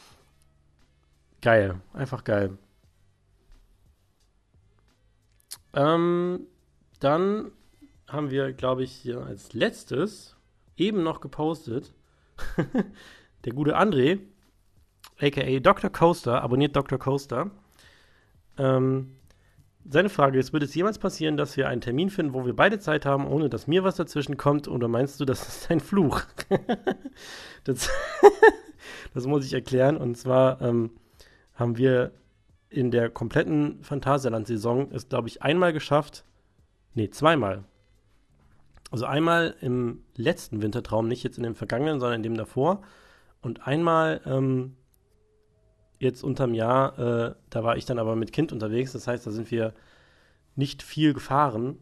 Geil, einfach geil. Dann haben wir, glaube ich, hier als letztes eben noch gepostet, der gute André, a.k.a. Dr. Coaster, abonniert Dr. Coaster. Seine Frage ist, wird es jemals passieren, dass wir einen Termin finden, wo wir beide Zeit haben, ohne dass mir was dazwischen kommt? Oder meinst du, das ist ein Fluch? das muss ich erklären. Und zwar haben wir in der kompletten Phantasialand-Saison es, glaube ich, zweimal. Also einmal im letzten Wintertraum, nicht jetzt in dem vergangenen, sondern in dem davor. Und einmal jetzt unterm Jahr, da war ich dann aber mit Kind unterwegs, das heißt, da sind wir nicht viel gefahren.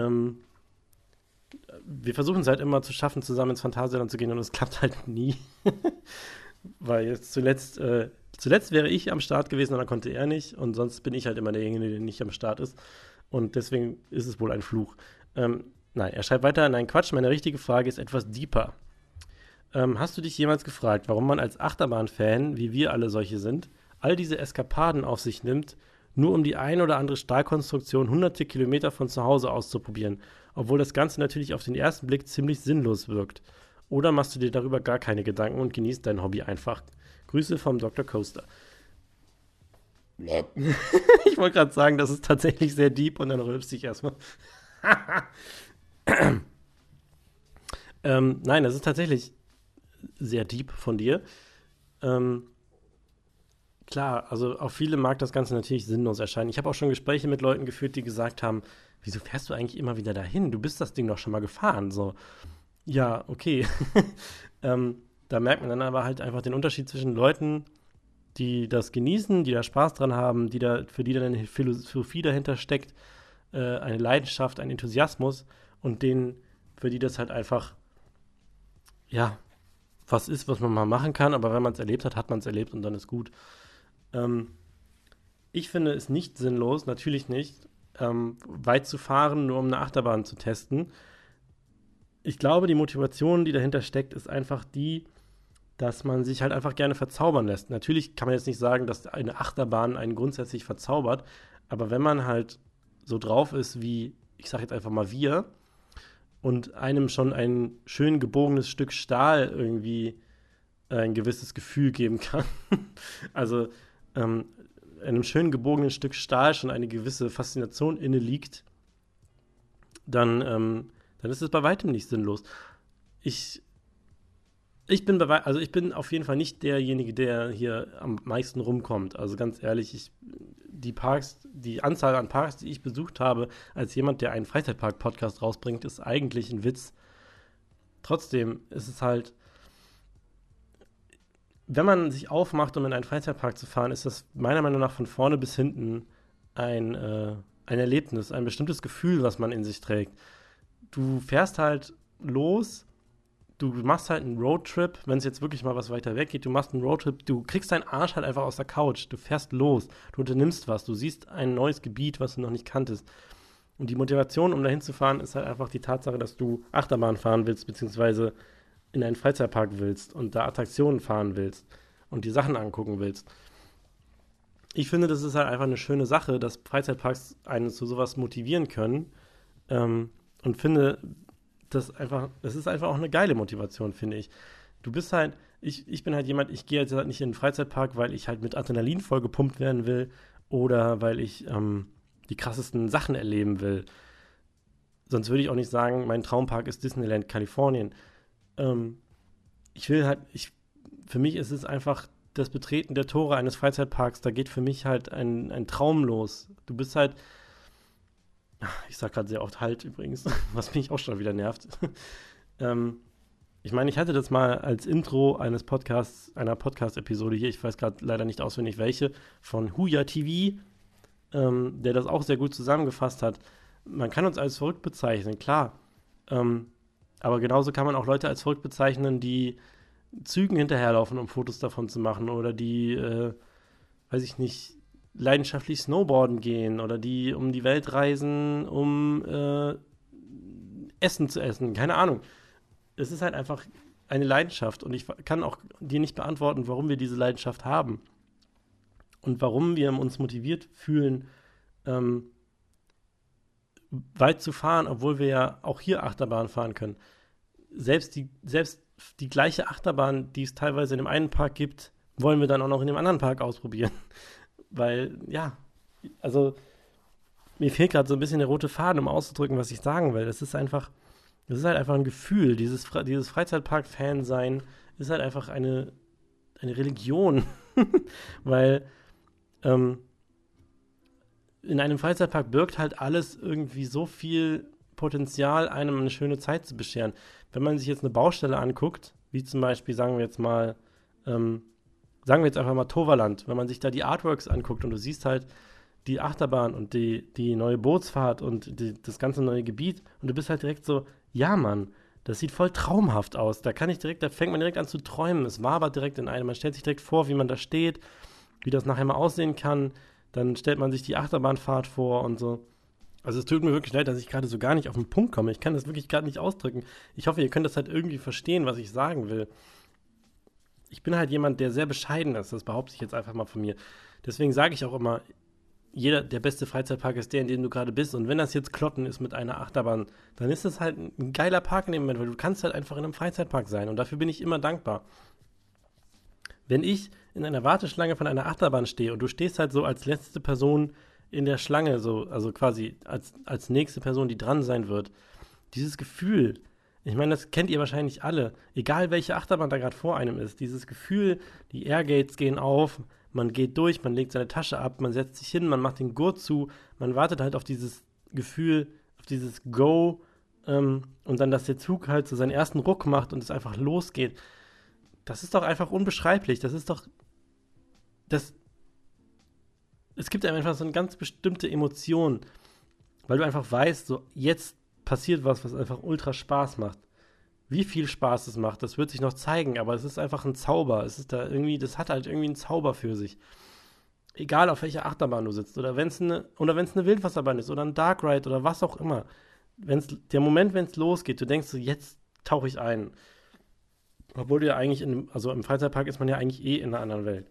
Wir versuchen es halt immer zu schaffen, zusammen ins Phantasialand zu gehen und es klappt halt nie. Weil jetzt zuletzt wäre ich am Start gewesen und dann konnte er nicht und sonst bin ich halt immer derjenige, der nicht am Start ist. Und deswegen ist es wohl ein Fluch. Nein, er schreibt weiter, nein, Quatsch, meine richtige Frage ist etwas deeper. Hast du dich jemals gefragt, warum man als Achterbahn-Fan, wie wir alle solche sind, all diese Eskapaden auf sich nimmt, nur um die ein oder andere Stahlkonstruktion hunderte Kilometer von zu Hause auszuprobieren, obwohl das Ganze natürlich auf den ersten Blick ziemlich sinnlos wirkt? Oder machst du dir darüber gar keine Gedanken und genießt dein Hobby einfach? Grüße vom Dr. Coaster. Ich wollte gerade sagen, das ist tatsächlich sehr deep und dann rülpst ich erstmal. Nein, das ist tatsächlich sehr deep von dir. Klar, also auf viele mag das Ganze natürlich sinnlos erscheinen. Ich habe auch schon Gespräche mit Leuten geführt, die gesagt haben, wieso fährst du eigentlich immer wieder dahin? Du bist das Ding doch schon mal gefahren. So, ja, okay. Da merkt man dann aber halt einfach den Unterschied zwischen Leuten, die das genießen, die da Spaß dran haben, für die dann eine Philosophie dahinter steckt, eine Leidenschaft, ein Enthusiasmus und denen, für die das halt einfach, ja, was ist, was man mal machen kann, aber wenn man es erlebt hat, hat man es erlebt und dann ist gut. Ich finde es nicht sinnlos, natürlich nicht, weit zu fahren, nur um eine Achterbahn zu testen. Ich glaube, die Motivation, die dahinter steckt, ist einfach die, dass man sich halt einfach gerne verzaubern lässt. Natürlich kann man jetzt nicht sagen, dass eine Achterbahn einen grundsätzlich verzaubert, aber wenn man halt so drauf ist wie, ich sag jetzt einfach mal wir, und einem schon ein schön gebogenes Stück Stahl irgendwie ein gewisses Gefühl geben kann, also einem schön gebogenen Stück Stahl schon eine gewisse Faszination inne liegt, dann ist es bei weitem nicht sinnlos. Ich bin auf jeden Fall nicht derjenige, der hier am meisten rumkommt. Also ganz ehrlich, die Anzahl an Parks, die ich besucht habe, als jemand, der einen Freizeitpark-Podcast rausbringt, ist eigentlich ein Witz. Trotzdem ist es halt, wenn man sich aufmacht, um in einen Freizeitpark zu fahren, ist das meiner Meinung nach von vorne bis hinten ein Erlebnis, ein bestimmtes Gefühl, was man in sich trägt. Du fährst halt los, du machst halt einen Roadtrip, wenn es jetzt wirklich mal was weiter weg geht, du machst einen Roadtrip, du kriegst deinen Arsch halt einfach aus der Couch, du fährst los, du unternimmst was, du siehst ein neues Gebiet, was du noch nicht kanntest. Und die Motivation, um dahin zu fahren, ist halt einfach die Tatsache, dass du Achterbahn fahren willst, beziehungsweise in einen Freizeitpark willst und da Attraktionen fahren willst und die Sachen angucken willst. Ich finde, das ist halt einfach eine schöne Sache, dass Freizeitparks einen zu sowas motivieren können, und finde, das ist einfach auch eine geile Motivation, finde ich. Du bist halt, ich bin halt jemand, ich gehe jetzt halt nicht in den Freizeitpark, weil ich halt mit Adrenalin voll gepumpt werden will oder weil ich die krassesten Sachen erleben will. Sonst würde ich auch nicht sagen, mein Traumpark ist Disneyland Kalifornien. Für mich ist es einfach das Betreten der Tore eines Freizeitparks, da geht für mich halt ein Traum los. Du bist halt, ich sag gerade sehr oft halt übrigens, was mich auch schon wieder nervt. Ich meine, ich hatte das mal als Intro einer Podcast-Episode hier, ich weiß gerade leider nicht auswendig welche, von Huya TV, der das auch sehr gut zusammengefasst hat. Man kann uns als verrückt bezeichnen, klar. Aber genauso kann man auch Leute als verrückt bezeichnen, die Zügen hinterherlaufen, um Fotos davon zu machen oder die, weiß ich nicht, leidenschaftlich Snowboarden gehen oder die um die Welt reisen, um Essen zu essen. Keine Ahnung. Es ist halt einfach eine Leidenschaft und ich kann auch dir nicht beantworten, warum wir diese Leidenschaft haben und warum wir uns motiviert fühlen, weit zu fahren, obwohl wir ja auch hier Achterbahn fahren können. Selbst die gleiche Achterbahn, die es teilweise in dem einen Park gibt, wollen wir dann auch noch in dem anderen Park ausprobieren. Weil, ja, also mir fehlt gerade so ein bisschen der rote Faden, um auszudrücken, was ich sagen will. Das ist halt einfach ein Gefühl. Dieses Freizeitpark-Fan-Sein ist halt einfach eine Religion. Weil in einem Freizeitpark birgt halt alles irgendwie so viel Potenzial, einem eine schöne Zeit zu bescheren. Wenn man sich jetzt eine Baustelle anguckt, wie zum Beispiel, sagen wir jetzt mal, sagen wir jetzt einfach mal Toverland, wenn man sich da die Artworks anguckt und du siehst halt die Achterbahn und die neue Bootsfahrt und das ganze neue Gebiet und du bist halt direkt so, ja Mann, das sieht voll traumhaft aus. Da fängt man direkt an zu träumen. Es wabert direkt in einem. Man stellt sich direkt vor, wie man da steht, wie das nachher mal aussehen kann. Dann stellt man sich die Achterbahnfahrt vor und so. Also es tut mir wirklich leid, dass ich gerade so gar nicht auf den Punkt komme. Ich kann das wirklich gerade nicht ausdrücken. Ich hoffe, ihr könnt das halt irgendwie verstehen, was ich sagen will. Ich bin halt jemand, der sehr bescheiden ist. Das behaupte ich jetzt einfach mal von mir. Deswegen sage ich auch immer, der beste Freizeitpark ist der, in dem du gerade bist. Und wenn das jetzt Klotten ist mit einer Achterbahn, dann ist das halt ein geiler Park in dem Moment, weil du kannst halt einfach in einem Freizeitpark sein. Und dafür bin ich immer dankbar. Wenn ich in einer Warteschlange von einer Achterbahn stehe und du stehst halt so als letzte Person in der Schlange, so, also quasi als nächste Person, die dran sein wird, dieses Gefühl, ich meine, das kennt ihr wahrscheinlich alle, egal welche Achterbahn da gerade vor einem ist, dieses Gefühl, die Airgates gehen auf, man geht durch, man legt seine Tasche ab, man setzt sich hin, man macht den Gurt zu, man wartet halt auf dieses Gefühl, auf dieses Go und dann, dass der Zug halt so seinen ersten Ruck macht und es einfach losgeht. Das ist doch einfach unbeschreiblich. Es gibt einem einfach so eine ganz bestimmte Emotion, weil du einfach weißt, so jetzt passiert was einfach ultra Spaß macht. Wie viel Spaß es macht, das wird sich noch zeigen, aber es ist einfach ein Zauber. Das hat halt irgendwie einen Zauber für sich. Egal auf welcher Achterbahn du sitzt oder wenn es eine Wildwasserbahn ist oder ein Dark Ride oder was auch immer. Der Moment, wenn es losgeht, du denkst so, jetzt tauche ich ein. Obwohl du ja eigentlich im Freizeitpark ist man ja eigentlich in einer anderen Welt.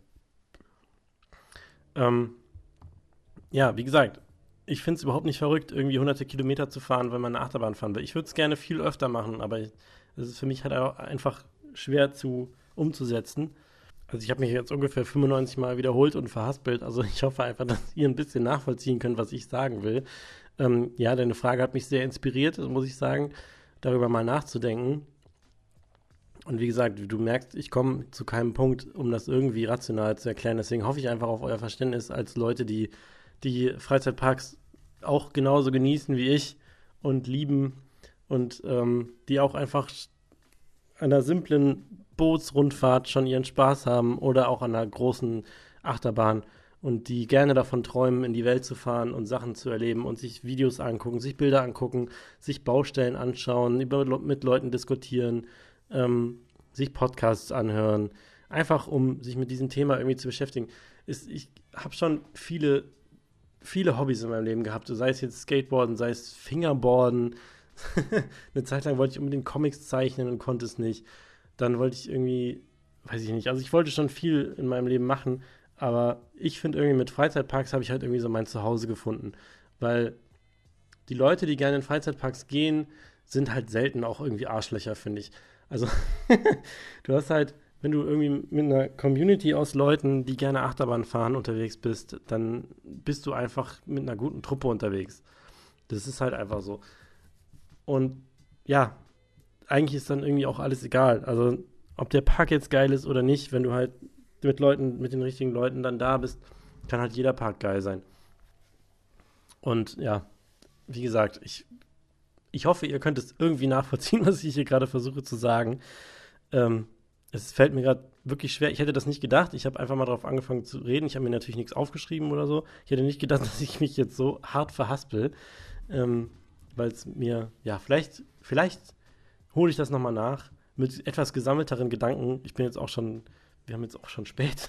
Ja, wie gesagt, ich finde es überhaupt nicht verrückt, irgendwie hunderte Kilometer zu fahren, wenn man eine Achterbahn fahren will. Ich würde es gerne viel öfter machen, aber es ist für mich halt auch einfach schwer umzusetzen. Also ich habe mich jetzt ungefähr 95 Mal wiederholt und verhaspelt. Also ich hoffe einfach, dass ihr ein bisschen nachvollziehen könnt, was ich sagen will. Ja, deine Frage hat mich sehr inspiriert, muss ich sagen, darüber mal nachzudenken. Und wie gesagt, du merkst, ich komme zu keinem Punkt, um das irgendwie rational zu erklären. Deswegen hoffe ich einfach auf euer Verständnis als Leute, die Freizeitparks auch genauso genießen wie ich und lieben und die auch einfach an einer simplen Bootsrundfahrt schon ihren Spaß haben oder auch an einer großen Achterbahn und die gerne davon träumen, in die Welt zu fahren und Sachen zu erleben und sich Videos angucken, sich Bilder angucken, sich Baustellen anschauen, mit Leuten diskutieren, sich Podcasts anhören, einfach um sich mit diesem Thema irgendwie zu beschäftigen. Ich habe schon viele Hobbys in meinem Leben gehabt, sei es jetzt Skateboarden, sei es Fingerboarden. Eine Zeit lang wollte ich unbedingt Comics zeichnen und konnte es nicht. Dann wollte ich irgendwie, weiß ich nicht, also ich wollte schon viel in meinem Leben machen, aber ich finde irgendwie mit Freizeitparks habe ich halt irgendwie so mein Zuhause gefunden, weil die Leute, die gerne in Freizeitparks gehen, sind halt selten auch irgendwie Arschlöcher, finde ich. Also du hast halt, wenn du irgendwie mit einer Community aus Leuten, die gerne Achterbahn fahren, unterwegs bist, dann bist du einfach mit einer guten Truppe unterwegs. Das ist halt einfach so. Und ja, eigentlich ist dann irgendwie auch alles egal. Also ob der Park jetzt geil ist oder nicht, wenn du halt mit den richtigen Leuten dann da bist, kann halt jeder Park geil sein. Und ja, wie gesagt, ich hoffe, ihr könnt es irgendwie nachvollziehen, was ich hier gerade versuche zu sagen. Es fällt mir gerade wirklich schwer. Ich hätte das nicht gedacht. Ich habe einfach mal darauf angefangen zu reden. Ich habe mir natürlich nichts aufgeschrieben oder so. Ich hätte nicht gedacht, dass ich mich jetzt so hart verhaspel. Weil es mir, ja, vielleicht hole ich das nochmal nach mit etwas gesammelteren Gedanken. Wir haben jetzt auch schon spät.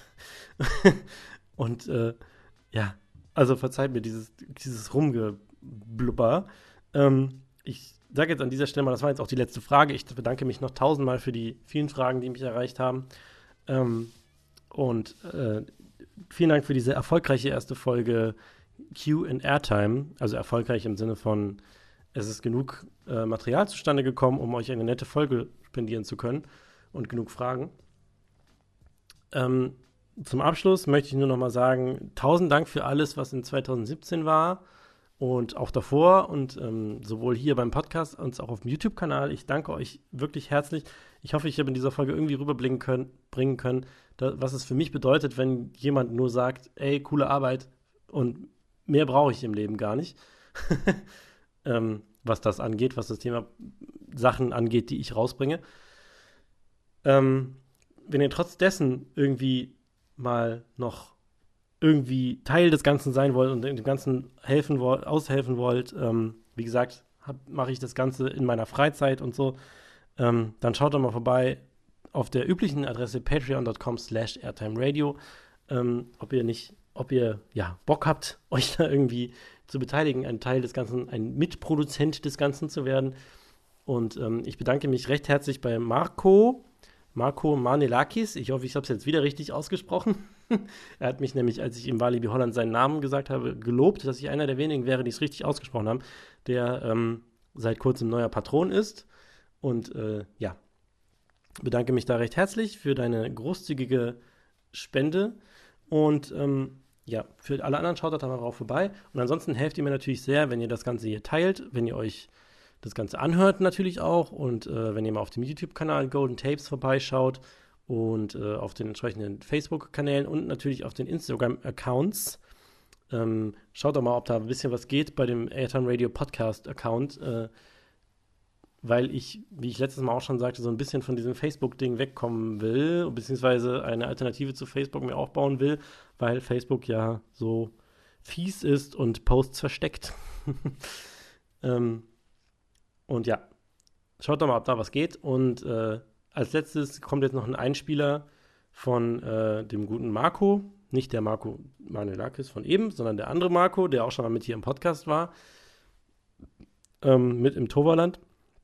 Und ja, also verzeiht mir dieses Rumgeblubber. Ich sage jetzt an dieser Stelle mal, das war jetzt auch die letzte Frage. Ich bedanke mich noch 1000-mal für die vielen Fragen, die mich erreicht haben. Und vielen Dank für diese erfolgreiche erste Folge Q and Airtime. Also erfolgreich im Sinne von, es ist genug Material zustande gekommen, um euch eine nette Folge spendieren zu können und genug Fragen. Zum Abschluss möchte ich nur noch mal sagen, 1000 Dank für alles, was in 2017 war. Und auch davor und sowohl hier beim Podcast als auch auf dem YouTube-Kanal. Ich danke euch wirklich herzlich. Ich hoffe, ich habe in dieser Folge irgendwie rüberbringen können, was es für mich bedeutet, wenn jemand nur sagt, ey, coole Arbeit und mehr brauche ich im Leben gar nicht. Was das angeht, was das Thema Sachen angeht, die ich rausbringe. Wenn ihr trotz dessen irgendwie mal noch irgendwie Teil des Ganzen sein wollt und dem Ganzen aushelfen wollt, wie gesagt, mache ich das Ganze in meiner Freizeit und so, dann schaut doch mal vorbei auf der üblichen Adresse patreon.com/airtimeradio, ob ihr Bock habt, euch da irgendwie zu beteiligen, ein Teil des Ganzen, ein Mitproduzent des Ganzen zu werden. Und ich bedanke mich recht herzlich bei Marco Manelakis. Ich hoffe, ich habe es jetzt wieder richtig ausgesprochen. Er hat mich nämlich, als ich im Walibi Holland seinen Namen gesagt habe, gelobt, dass ich einer der wenigen wäre, die es richtig ausgesprochen haben, der seit kurzem neuer Patron ist. Und bedanke mich da recht herzlich für deine großzügige Spende. Und für alle anderen schaut da mal drauf vorbei. Und ansonsten helft ihr mir natürlich sehr, wenn ihr das Ganze hier teilt, wenn ihr euch das Ganze anhört natürlich auch. Und wenn ihr mal auf dem YouTube-Kanal Golden Tapes vorbeischaut und auf den entsprechenden Facebook-Kanälen und natürlich auf den Instagram-Accounts. Schaut doch mal, ob da ein bisschen was geht bei dem Airtime Radio Podcast-Account, weil ich, wie ich letztes Mal auch schon sagte, so ein bisschen von diesem Facebook-Ding wegkommen will, beziehungsweise eine Alternative zu Facebook mir aufbauen will, weil Facebook ja so fies ist und Posts versteckt. Und ja, schaut doch mal, ob da was geht. Und als letztes kommt jetzt noch ein Einspieler von dem guten Marco. Nicht der Marco Manelakis von eben, sondern der andere Marco, der auch schon mal mit hier im Podcast war. Mit im Toverland.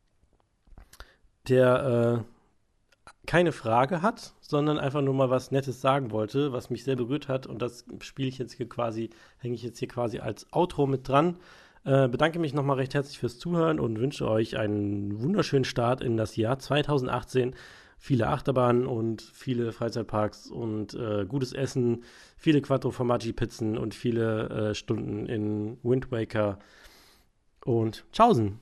Der keine Frage hat, sondern einfach nur mal was Nettes sagen wollte, was mich sehr berührt hat. Und das hänge ich jetzt hier quasi als Outro mit dran. Bedanke mich nochmal recht herzlich fürs Zuhören und wünsche euch einen wunderschönen Start in das Jahr 2018. Viele Achterbahnen und viele Freizeitparks und gutes Essen, viele Quattro Formaggi Pizzen und viele Stunden in Wind Waker. Und tschaußen!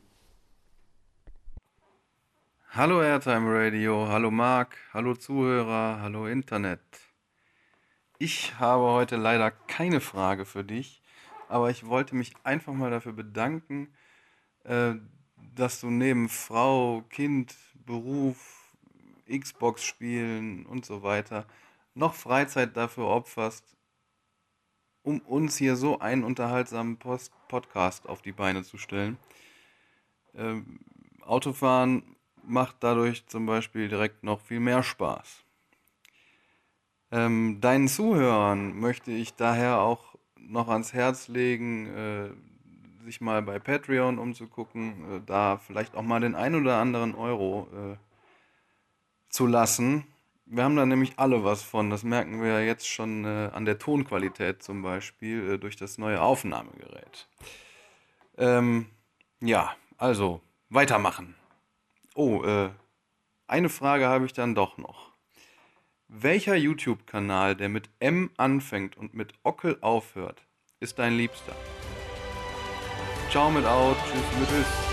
Hallo Airtime Radio, hallo Marc, hallo Zuhörer, hallo Internet. Ich habe heute leider keine Frage für dich, aber ich wollte mich einfach mal dafür bedanken, dass du neben Frau, Kind, Beruf, Xbox spielen und so weiter noch Freizeit dafür opferst, um uns hier so einen unterhaltsamen Podcast auf die Beine zu stellen. Autofahren macht dadurch zum Beispiel direkt noch viel mehr Spaß. Deinen Zuhörern möchte ich daher auch noch ans Herz legen, sich mal bei Patreon umzugucken, da vielleicht auch mal den ein oder anderen Euro zu lassen. Wir haben da nämlich alle was von, das merken wir ja jetzt schon an der Tonqualität zum Beispiel durch das neue Aufnahmegerät. Also weitermachen. Oh, eine Frage habe ich dann doch noch. Welcher YouTube-Kanal, der mit M anfängt und mit Ockel aufhört, ist dein Liebster? Ciao mit Out, tschüss mit Tschüss.